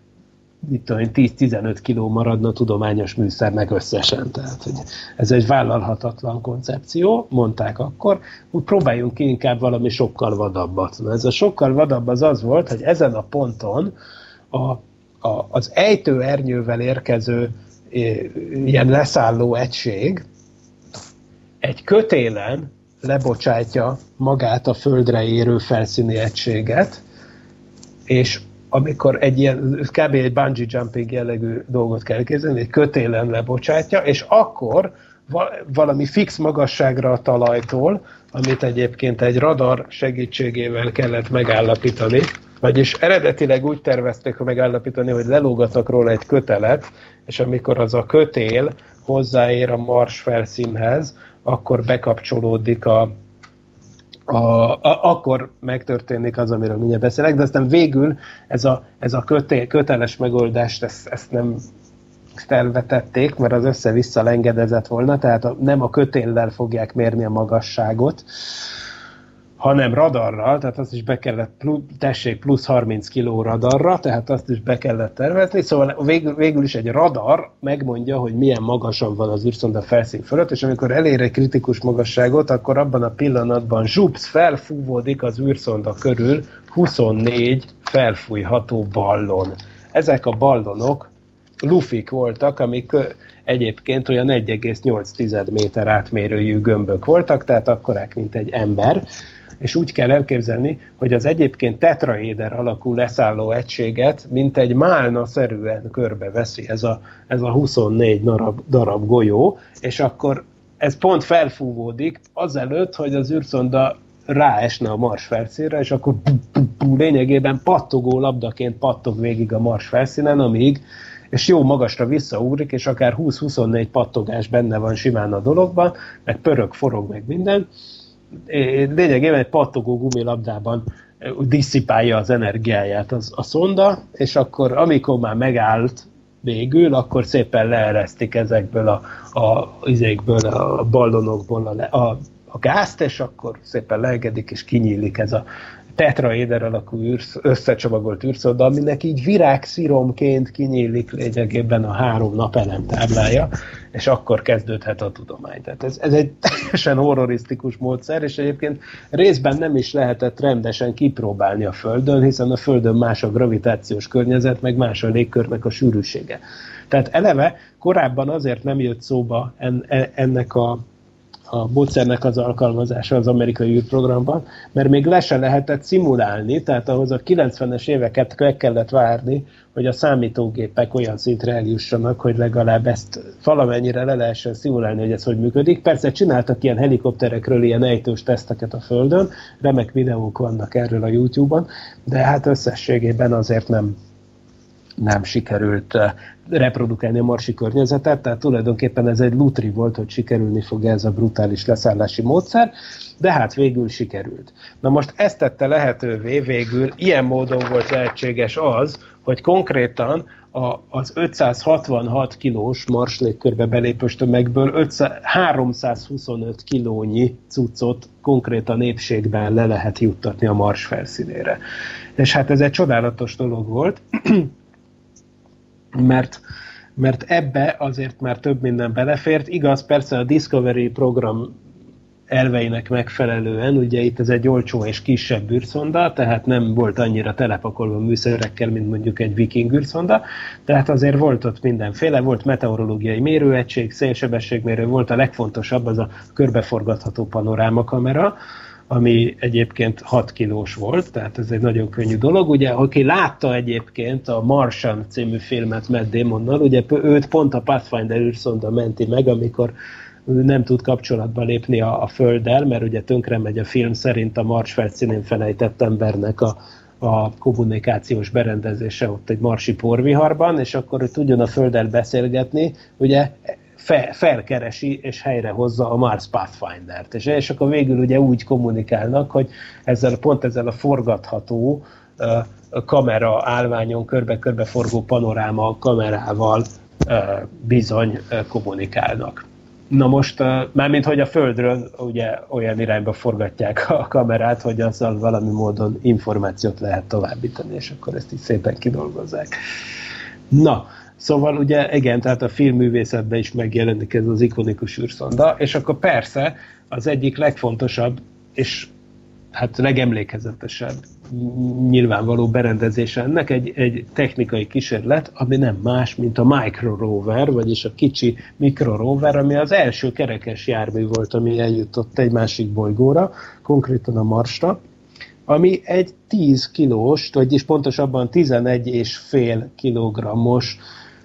10-15 kiló maradna tudományos műszernek összesen. Tehát hogy ez egy vállalhatatlan koncepció, mondták akkor, úgy próbáljunk ki inkább valami sokkal vadabbat. Na, ez a sokkal vadabb az volt, hogy ezen a ponton az ejtőernyővel érkező ilyen leszálló egység egy kötélen lebocsátja magát a földre érő felszíni egységet, és amikor egy ilyen, kb. Egy bungee jumping jellegű dolgot kell képzelni, egy kötélen lebocsátja, és akkor valami fix magasságra a talajtól, amit egyébként egy radar segítségével kellett megállapítani, vagyis eredetileg úgy tervezték megállapítani, hogy lelógatnak róla egy kötelet, és amikor az a kötél hozzáér a Mars felszínhez, akkor bekapcsolódik akkor megtörténik az, amiről mindjárt beszélek, de aztán végül ez a köteles megoldást, ezt nem elvetették, mert az össze-vissza lengedezett volna, tehát nem a kötéllel fogják mérni a magasságot, hanem radarral, tehát azt is be kellett, plusz 30 kiló radarra, tehát azt is be kellett tervezni, szóval végül is egy radar megmondja, hogy milyen magasan van az űrszonda felszín fölött, és amikor elér egy kritikus magasságot, akkor abban a pillanatban zsupsz, felfúvódik az űrszonda körül 24 felfújható ballon. Ezek a ballonok lufik voltak, amik egyébként olyan 1,8 méter átmérőjű gömbök voltak, tehát akkorák, mint egy ember, és úgy kell elképzelni, hogy az egyébként tetraéder alakú leszálló egységet, mint egy málna-szerűen körbeveszi ez a 24 darab golyó, és akkor ez pont felfúvódik azelőtt, hogy az űrszonda ráesne a Mars felszínre, és akkor lényegében pattogó labdaként pattog végig a Mars felszínen, amíg, és jó magasra visszaugrik, és akár 20-24 pattogás benne van simán a dologban, meg pörög, forog, meg minden, lényegében egy pattogó gumilabdában disszipálja az energiáját a szonda, és akkor, amikor már megállt végül, akkor szépen leeresztik ezekből a ballonokból a gázt, és akkor szépen leengedik, és kinyílik ez a tetraéder alakú összecsomagolt űrszonda, aminek így virágsziromként kinyílik lényegében a 3 napelem táblája, és akkor kezdődhet a tudomány. Tehát ez egy teljesen horrorisztikus módszer, és egyébként részben nem is lehetett rendesen kipróbálni a Földön, hiszen a Földön más a gravitációs környezet, meg más a légkörnek a sűrűsége. Tehát eleve korábban azért nem jött szóba ennek a módszernek az alkalmazása az amerikai űrprogramban, mert még le se lehetett szimulálni, tehát ahhoz a 90-es éveket meg kellett várni, hogy a számítógépek olyan szintre eljussanak, hogy legalább ezt valamennyire le lehessen szimulálni, hogy ez hogy működik. Persze csináltak ilyen helikopterekről ilyen ejtős teszteket a Földön, remek videók vannak erről a YouTube-on, de hát összességében azért nem sikerült reprodukálni a marsi környezetet, tehát tulajdonképpen ez egy lutri volt, hogy sikerülni fog ez a brutális leszállási módszer, de hát végül sikerült. Na most ezt tette lehetővé végül, ilyen módon volt lehetséges az, hogy konkrétan az 566 kilós Mars légkörbe belépős tömegből 325 kilónyi cuccot konkrétan épségben le lehet juttatni a Mars felszínére. És hát ez egy csodálatos dolog volt, mert ebbe azért már több minden belefért. Igaz, persze a Discovery program elveinek megfelelően, ugye itt ez egy olcsó és kisebb űrszonda, tehát nem volt annyira telepakolva műszerekkel, mint mondjuk egy Viking űrszonda, tehát azért volt ott mindenféle, volt meteorológiai mérőegység, szélsebességmérő, volt a legfontosabb, az a körbeforgatható panorámakamera, ami egyébként 6 kilós volt, tehát ez egy nagyon könnyű dolog. Ugye, aki látta egyébként a Martian című filmet Matt Damonnal, ugye őt pont a Pathfinder űrszonda menti meg, amikor nem tud kapcsolatba lépni a Földdel, mert ugye tönkre megy a film szerint a Mars felszínén felejtett embernek a kommunikációs berendezése ott egy marsi porviharban, és akkor hogy tudjon a Földdel beszélgetni, ugye felkeresi és helyrehozza a Mars Pathfinder-t. És akkor végül ugye úgy kommunikálnak, hogy pont ezzel a forgatható kamera állványon körbe-körbe forgó panoráma kamerával bizony kommunikálnak. Na most, mármint hogy a Földről ugye olyan irányba forgatják a kamerát, hogy azzal valami módon információt lehet továbbítani, és akkor ezt így szépen kidolgozzák. Na, szóval ugye igen, tehát a filmművészetben is megjelenik ez az ikonikus űrszonda, és akkor persze az egyik legfontosabb, és hát legemlékezetesebb nyilvánvaló berendezése ennek egy technikai kísérlet, ami nem más, mint a Micro Rover, vagyis a kicsi Micro Rover, ami az első kerekes jármű volt, ami eljutott egy másik bolygóra, konkrétan a Marsra, ami egy 10 kilós, vagyis pontosabban 11,5 kilogrammos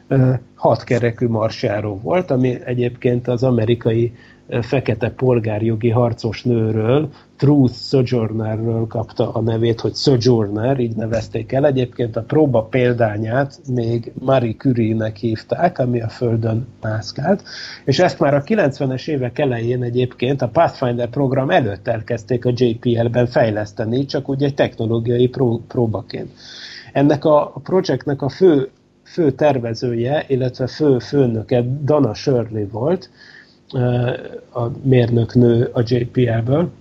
6 kerekű marsjáró volt, ami egyébként az amerikai fekete polgárjogi harcos nőről, Truth Sojournerről kapta a nevét, hogy Sojourner, így nevezték el. Egyébként a próba példányát még Marie Curie-nek hívták, ami a Földön mászkált, és ezt már a 90-es évek elején egyébként a Pathfinder program előtt elkezdték a JPL-ben fejleszteni, csak úgy egy technológiai próbaként. Ennek a projektnek a fő tervezője, illetve főnöke Dana Shirley volt, a mérnöknő a JPL-ből,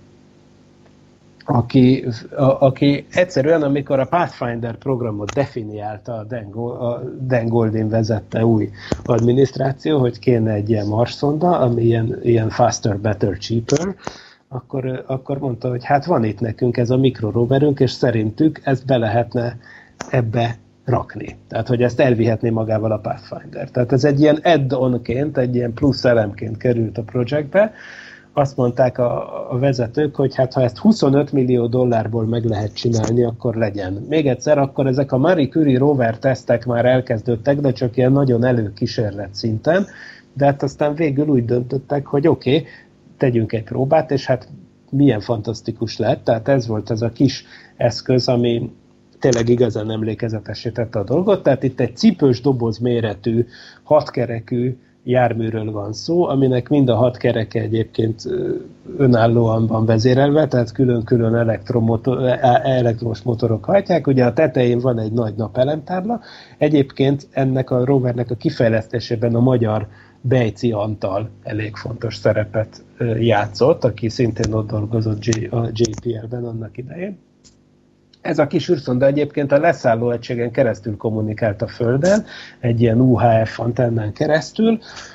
aki egyszerűen, amikor a Pathfinder programot definiálta a Dan Goldin vezette új adminisztráció, hogy kéne egy ilyen Mars-szonda, ami ilyen faster, better, cheaper, akkor mondta, hogy hát van itt nekünk ez a mikroroverünk, és szerintük ezt be lehetne ebbe rakni. Tehát, hogy ezt elvihetné magával a Pathfinder. Tehát ez egy ilyen add-onként, egy ilyen plusz elemként került a projektbe. Azt mondták a vezetők, hogy hát ha ezt $25 millió meg lehet csinálni, akkor legyen. Még egyszer, akkor ezek a Marie Curie rover tesztek már elkezdődtek, de csak ilyen nagyon előkísérlet szinten, de hát aztán végül úgy döntöttek, hogy oké, tegyünk egy próbát, és hát milyen fantasztikus lett. Tehát ez volt ez a kis eszköz, ami tényleg igazán emlékezetessé tette a dolgot. Tehát itt egy cipős doboz méretű, 6 kerekű járműről van szó, aminek mind a 6 kereke egyébként önállóan van vezérelve, tehát külön-külön elektromos motorok hajtják. Ugye a tetején van egy nagy napelemtábla. Egyébként ennek a rovernek a kifejlesztésében a magyar Bejci Antal elég fontos szerepet játszott, aki szintén ott dolgozott a JPL-ben annak idején. Ez a kis űrszonda egyébként a leszálló egységen keresztül kommunikált a Földdel, egy ilyen UHF antennán keresztül.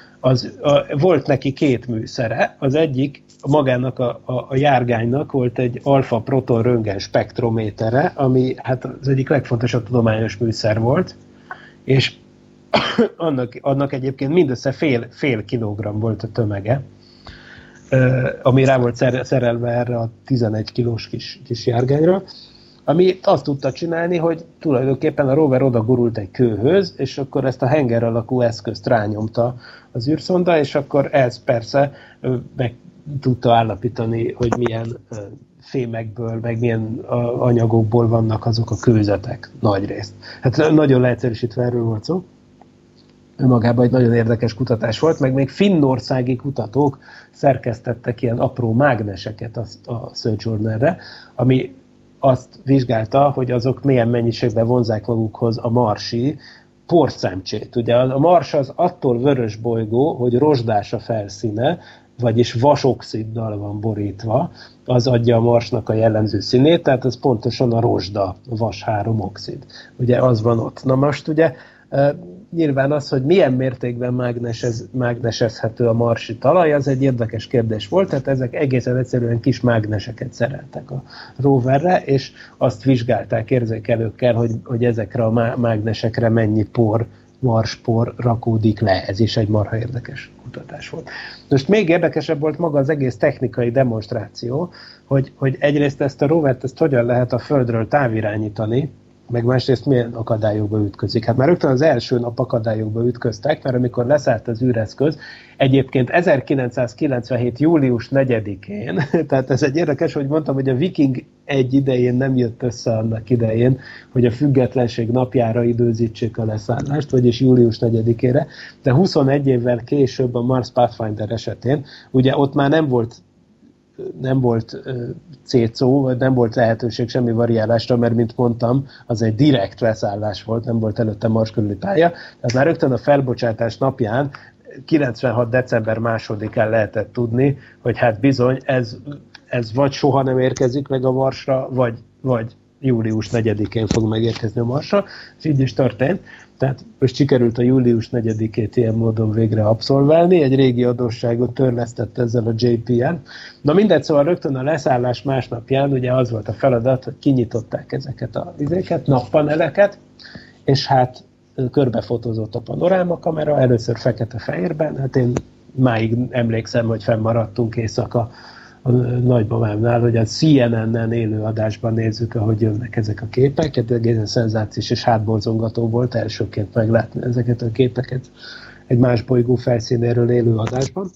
Volt neki 2 műszere, az egyik magának a járgánynak volt egy alfa-proton-röntgen spektrométere, ami hát az egyik legfontosabb tudományos műszer volt, és annak egyébként mindössze fél kilogramm volt a tömege, ami rá volt szerelve erre a 11 kilós kis járgányra, ami azt tudta csinálni, hogy tulajdonképpen a rover odagurult egy kőhöz, és akkor ezt a henger alakú eszközt rányomta az űrszonda, és akkor ez persze meg tudta állapítani, hogy milyen fémekből, meg milyen anyagokból vannak azok a kőzetek nagyrészt. Hát nagyon leegyszerűsítve erről volt szó. Önmagában egy nagyon érdekes kutatás volt, meg még finnországi kutatók szerkesztettek ilyen apró mágneseket a Sojournerre, ami azt vizsgálta, hogy azok milyen mennyiségben vonzák magukhoz a marsi porszemcsét. Ugye a Mars az attól vörös bolygó, hogy rozsdás a felszíne, vagyis vasoxiddal van borítva, az adja a Marsnak a jellemző színét, tehát ez pontosan a rozsda, a vas 3 oxid. Ugye az van ott. Na most ugye nyilván az, hogy milyen mértékben mágnesezhető a marsi talaj, az egy érdekes kérdés volt, tehát ezek egészen egyszerűen kis mágneseket szereltek a roverre, és azt vizsgálták érzékelőkkel, hogy ezekre a mágnesekre mennyi marspor rakódik le. Ez is egy marha érdekes kutatás volt. Most még érdekesebb volt maga az egész technikai demonstráció, hogy egyrészt ezt a rovert hogyan lehet a Földről távirányítani, meg másrészt milyen akadályokba ütközik. Hát már rögtön az első nap akadályokba ütköztek, mert amikor leszállt az űreszköz, egyébként 1997. július 4-én, tehát ez egy érdekes, hogy mondtam, hogy a Viking 1 idején nem jött össze annak idején, hogy a függetlenség napjára időzítsék a leszállást, vagyis július 4-ére, de 21 évvel később a Mars Pathfinder esetén, ugye ott már nem volt CCO, vagy nem volt lehetőség semmi variálásra, mert mint mondtam, az egy direkt leszállás volt, nem volt előtte Mars körüli pálya. Tehát már rögtön a felbocsátás napján, 96. december 2-án lehetett tudni, hogy hát bizony ez vagy soha nem érkezik meg a Marsra, vagy július 4-én fog megérkezni a Marsra, és így is történt. Tehát most sikerült a július 4-ét ilyen módon végre abszolválni, egy régi adósságot törlesztett ezzel a JPL. Na mindegy, szóval rögtön a leszállás másnapján ugye az volt a feladat, hogy kinyitották ezeket a nappaneleket, és hát körbefotózott a panorámakamera, először fekete-fehérben, hát én máig emlékszem, hogy fennmaradtunk éjszaka a nagymamámnál, hogy a CNN-en élő adásban nézzük, ahogy jönnek ezek a képek. Ez egészen szenzációs és hátborzongató volt elsőként meglátni ezeket a képeket egy más bolygó felszínéről élő adásban.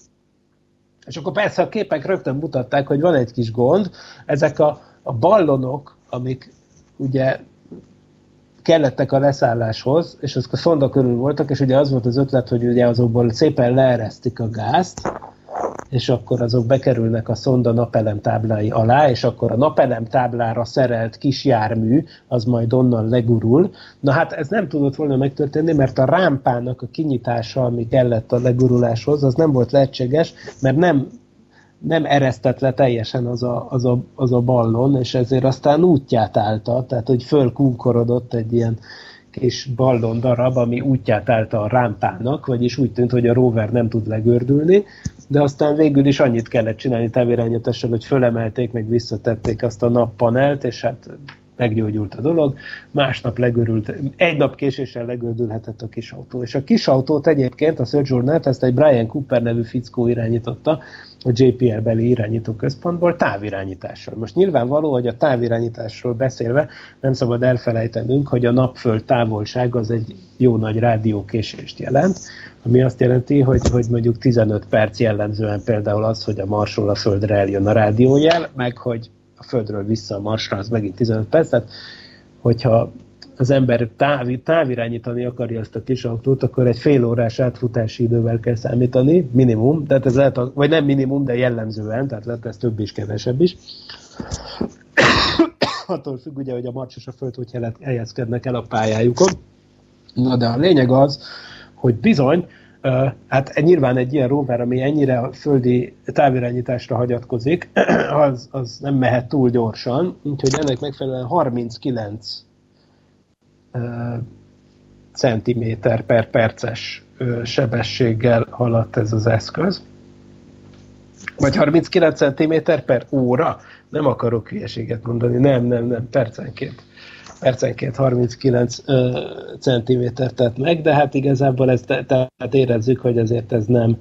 És akkor persze a képek rögtön mutatták, hogy van egy kis gond. Ezek a ballonok, amik ugye kellettek a leszálláshoz, és azok a szonda körül voltak, és ugye az volt az ötlet, hogy ugye azokból szépen leeresztik a gázt, és akkor azok bekerülnek a szonda napelemtáblái alá, és akkor a napelemtáblára szerelt kis jármű, az majd onnan legurul. Na hát ez nem tudott volna megtörténni, mert a rámpának a kinyitása, ami kellett a leguruláshoz, az nem volt lehetséges, mert nem eresztett le teljesen az a ballon, és ezért aztán útját állta, tehát hogy fölkunkorodott egy ilyen kis ballon darab, ami útját állta a rámpának, vagyis úgy tűnt, hogy a rover nem tud legördülni, de aztán végül is annyit kellett csinálni távirányítással, hogy fölemelték, meg visszatették azt a nappanelt, és hát meggyógyult a dolog. Másnap legörült, egy nap késéssel legördülhetett a kis autó. És a kis autót egyébként, a Sojourner-t, ezt egy Brian Cooper nevű fickó irányította, a JPL-beli irányító központból távirányítással. Most nyilvánvaló, hogy a távirányításról beszélve nem szabad elfelejtenünk, hogy a napföld távolság az egy jó nagy rádiókésést jelent, ami azt jelenti, hogy mondjuk 15 perc jellemzően például az, hogy a Marsról a Földre eljön a rádiójel, meg hogy a Földről vissza a Marsra, az megint 15 perc, tehát hogyha az ember távirányítani akarja ezt a kis autót, akkor egy fél órás átfutási idővel kell számítani, minimum, tehát ez lehet, vagy nem minimum, de jellemzően, tehát lehet ez több is, kevesebb is. Attól függ ugye, hogy a Mars és a Föld hogy helyezkednek el a pályájukon. Na de a lényeg az, hogy bizony, hát nyilván egy ilyen rover, ami ennyire a földi távirányításra hagyatkozik, az nem mehet túl gyorsan, úgyhogy ennek megfelelően 39 centiméter per perces sebességgel haladt ez az eszköz. Vagy 39 centiméter per óra? Nem akarok hülyeséget mondani, nem, percenként. Percenként 39 centimétert tett meg, de hát igazából tehát érezzük, hogy azért ez nem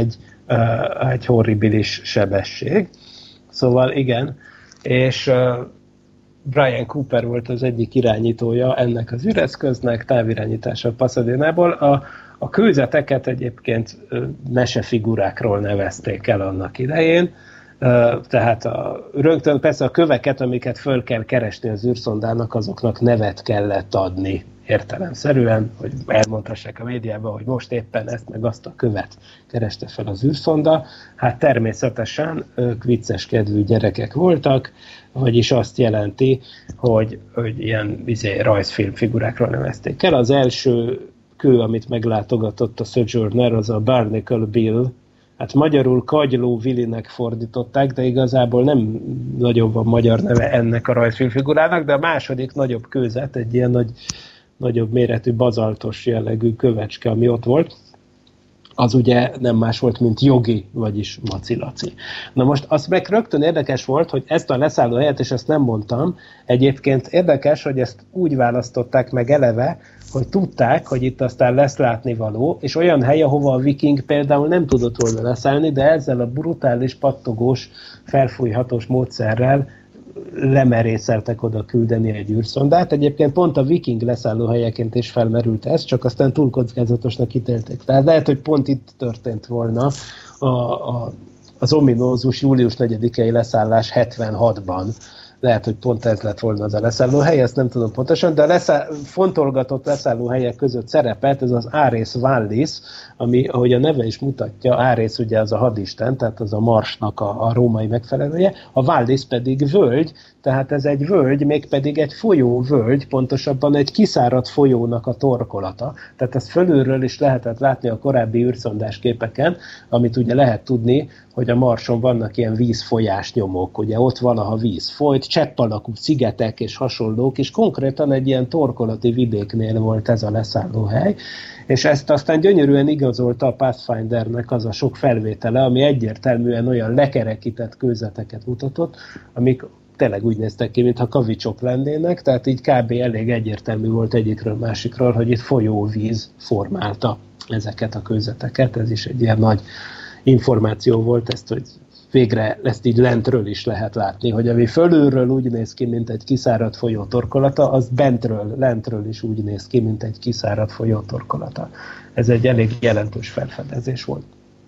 egy horribilis sebesség. Szóval igen, és Brian Cooper volt az egyik irányítója ennek az űreszköznek, távirányítása Pasadenából. A kőzeteket egyébként mesefigurákról nevezték el annak idején, tehát rögtön persze a köveket, amiket föl kell keresni az űrszondának, azoknak nevet kellett adni értelemszerűen, hogy elmondhassák a médiában, hogy most éppen ezt meg azt a követ kereste fel az űrszonda. Hát természetesen ők vicces kedvű gyerekek voltak, vagyis azt jelenti, hogy ilyen rajzfilm figurákról nevezték el. Az első kő, amit meglátogatott a Sojourner, az a Barnacle Bill. Hát magyarul Kagyló Willinek fordították, de igazából nem nagyon van magyar neve ennek a rajzfilmfigurának, de a második nagyobb kőzet, egy ilyen nagyobb méretű bazaltos jellegű kövecske, ami ott volt, az ugye nem más volt, mint Jogi, vagyis Maci Laci. Na most az meg rögtön érdekes volt, hogy ezt a leszállóhelyet, és ezt nem mondtam, egyébként érdekes, hogy ezt úgy választották meg eleve, hogy tudták, hogy itt aztán lesz látnivaló, és olyan hely, ahova a Viking például nem tudott volna leszállni, de ezzel a brutális, pattogós, felfújhatós módszerrel lemerészeltek oda küldeni egy űrszondát. Egyébként pont a Viking leszállóhelyeként is felmerült ez, csak aztán túl kockázatosnak ítélték. Tehát lehet, hogy pont itt történt volna az ominózus július 4-i leszállás 76-ban. Lehet, hogy pont ez lett volna az a leszállóhely, ezt nem tudom pontosan, de a fontolgatott leszállóhelyek között szerepelt ez az Ares Vallis, ami, ahogy a neve is mutatja, Ares ugye az a hadisten, tehát az a Marsnak a római megfelelője, a Vallis pedig völgy, tehát ez egy völgy, mégpedig egy folyóvölgy, pontosabban egy kiszáradt folyónak a torkolata. Tehát ezt fölülről is lehetett látni a korábbi űrszondás képeken, amit ugye lehet tudni, hogy a Marson vannak ilyen vízfolyás nyomok, ugye ott valaha víz folyt, csepp alakú szigetek és hasonlók, és konkrétan egy ilyen torkolati vidéknél volt ez a leszállóhely, és ezt aztán gyönyörűen igazolta a Pathfindernek az a sok felvétele, ami egyértelműen olyan lekerekített kőzeteket mutatott, amik tényleg úgy néztek ki, mintha kavicsok lennének, tehát így kb. Elég egyértelmű volt egyikről másikról, hogy itt folyóvíz formálta ezeket a kőzeteket. Ez is egy ilyen nagy információ volt, ezt, hogy végre ezt így lentről is lehet látni, hogy ami fölülről úgy néz ki, mint egy kiszáradt folyó torkolata, az bentről, lentről is úgy néz ki, mint egy kiszáradt folyó torkolata. Ez egy elég jelentős felfedezés volt.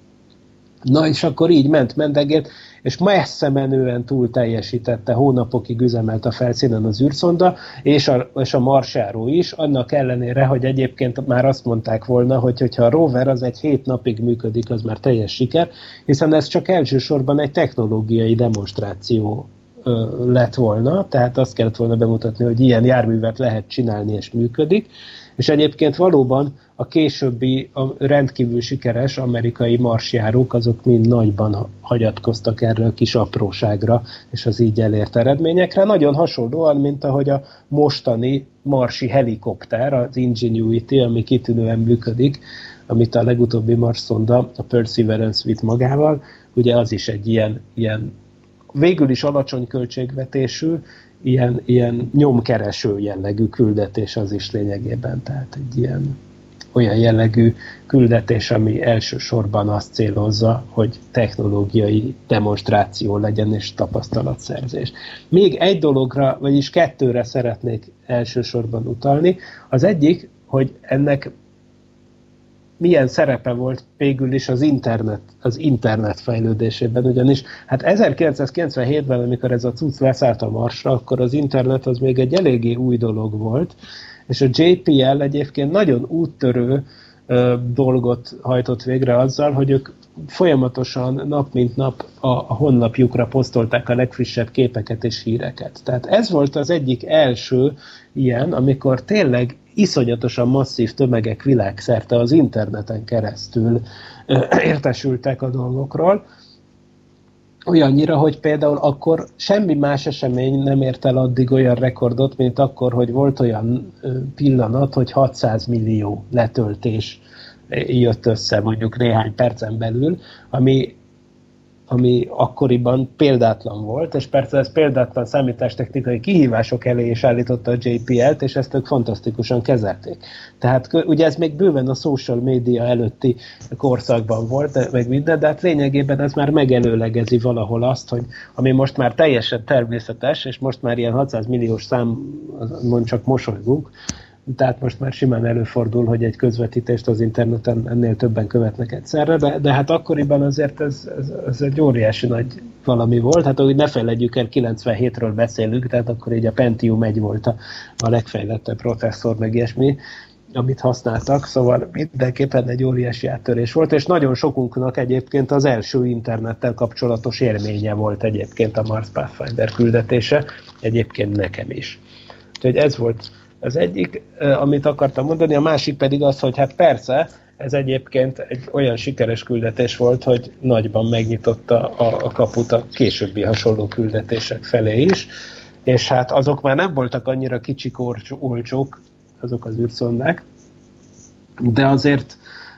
Na és akkor így mendegért, és messze menően túl teljesítette, hónapokig üzemelt a felszínen az űrszonda, és a marsjáró is, annak ellenére, hogy egyébként már azt mondták volna, hogy hogyha a rover az egy 7 napig működik, az már teljes siker, hiszen ez csak elsősorban egy technológiai demonstráció lett volna, tehát azt kellett volna bemutatni, hogy ilyen járművet lehet csinálni és működik, és egyébként valóban a későbbi a rendkívül sikeres amerikai marsjárók, azok mind nagyban hagyatkoztak erre a kis apróságra, és az így elért eredményekre. Nagyon hasonlóan, mint ahogy a mostani marsi helikopter, az Ingenuity, ami kitűnően működik, amit a legutóbbi Mars-szonda, a Perseverance vitt magával, ugye az is egy ilyen végül is alacsony költségvetésű, ilyen nyomkereső jellegű küldetés az is lényegében, tehát egy ilyen olyan jellegű küldetés, ami elsősorban azt célozza, hogy technológiai demonstráció legyen és tapasztalatszerzés. Még egy dologra, vagyis 2-re szeretnék elsősorban utalni. Az egyik, hogy ennek milyen szerepe volt végül is az internet fejlődésében, ugyanis hát 1997-ben, amikor ez a cucc leszállt a Marsra, akkor az internet az még egy eléggé új dolog volt, És a JPL egyébként nagyon úttörő dolgot hajtott végre azzal, hogy ők folyamatosan nap mint nap a honlapjukra posztolták a legfrissebb képeket és híreket. Tehát ez volt az egyik első ilyen, amikor tényleg iszonyatosan masszív tömegek világszerte az interneten keresztül értesültek a dolgokról. Olyannyira, hogy például akkor semmi más esemény nem ért el addig olyan rekordot, mint akkor, hogy volt olyan pillanat, hogy 600 millió letöltés jött össze mondjuk néhány percen belül, ami akkoriban példátlan volt, és persze ez példátlan számítástechnikai kihívások elé is állította a JPL-t, és ezt ők fantasztikusan kezelték. Tehát ugye ez még bőven a social media előtti korszakban volt, meg minden, de hát lényegében ez már megelőlegezi valahol azt, hogy ami most már teljesen természetes, és most már ilyen 600 milliós számon csak mosolygunk, tehát most már simán előfordul, hogy egy közvetítést az interneten ennél többen követnek egyszerre, de hát akkoriban azért ez egy óriási nagy valami volt. Hát úgy ne felejtjük el, 97-ről beszélünk, tehát akkor így a Pentium 1 volt a legfejlettebb processzor, meg ilyesmi, amit használtak, szóval mindenképpen egy óriási áttörés volt, és nagyon sokunknak egyébként az első internettel kapcsolatos élménye volt egyébként a Mars Pathfinder küldetése, egyébként nekem is. Úgyhogy ez volt az egyik, amit akartam mondani, a másik pedig az, hogy hát persze, ez egyébként egy olyan sikeres küldetés volt, hogy nagyban megnyitotta a kaput a későbbi hasonló küldetések felé is, és hát azok már nem voltak annyira kicsik olcsók, azok az űrszondák, de azért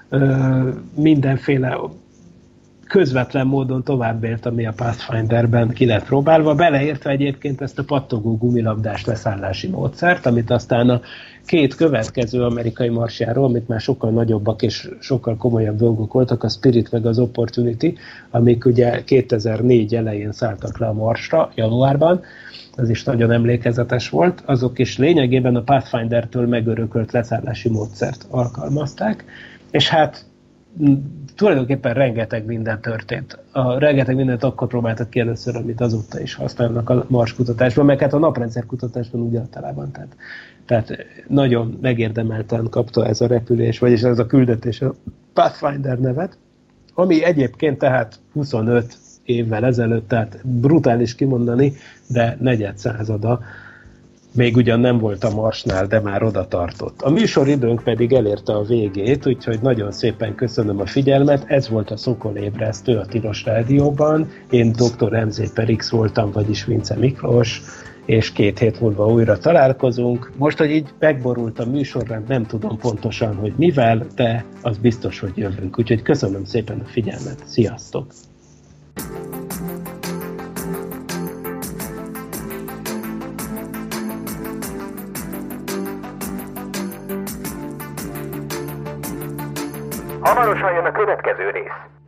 mindenféle közvetlen módon továbbélt, ami a Pathfinderben ki lett próbálva, beleértve egyébként ezt a pattogó gumilabdás leszállási módszert, amit aztán a két következő amerikai marsjáról, amit már sokkal nagyobbak és sokkal komolyabb dolgok voltak, a Spirit meg az Opportunity, amik ugye 2004 elején szálltak le a Marsra, januárban, az is nagyon emlékezetes volt, azok is lényegében a Pathfindertől megörökölt leszállási módszert alkalmazták, és hát tulajdonképpen rengeteg minden történt. Rengeteg mindent akkor próbáltak ki először, amit azóta is használnak a Mars kutatásban, meg hát a naprendszer kutatásban úgy általában. Tehát nagyon megérdemelten kapta ez a repülés, vagyis ez a küldetés a Pathfinder nevet, ami egyébként tehát 25 évvel ezelőtt, tehát brutális kimondani, de negyed százada, még ugyan nem volt a Marsnál, de már oda tartott. A műsoridőnk pedig elérte a végét, úgyhogy nagyon szépen köszönöm a figyelmet. Ez volt a Szokol ébresztő a Tilos Rádióban. Én Dr. MZ per X voltam, vagyis Vince Miklós, és 2 hét múlva újra találkozunk. Most, hogy így megborult a műsorrend, nem tudom pontosan, hogy mivel, de az biztos, hogy jövünk. Úgyhogy köszönöm szépen a figyelmet. Sziasztok! Hamarosan jön a következő rész.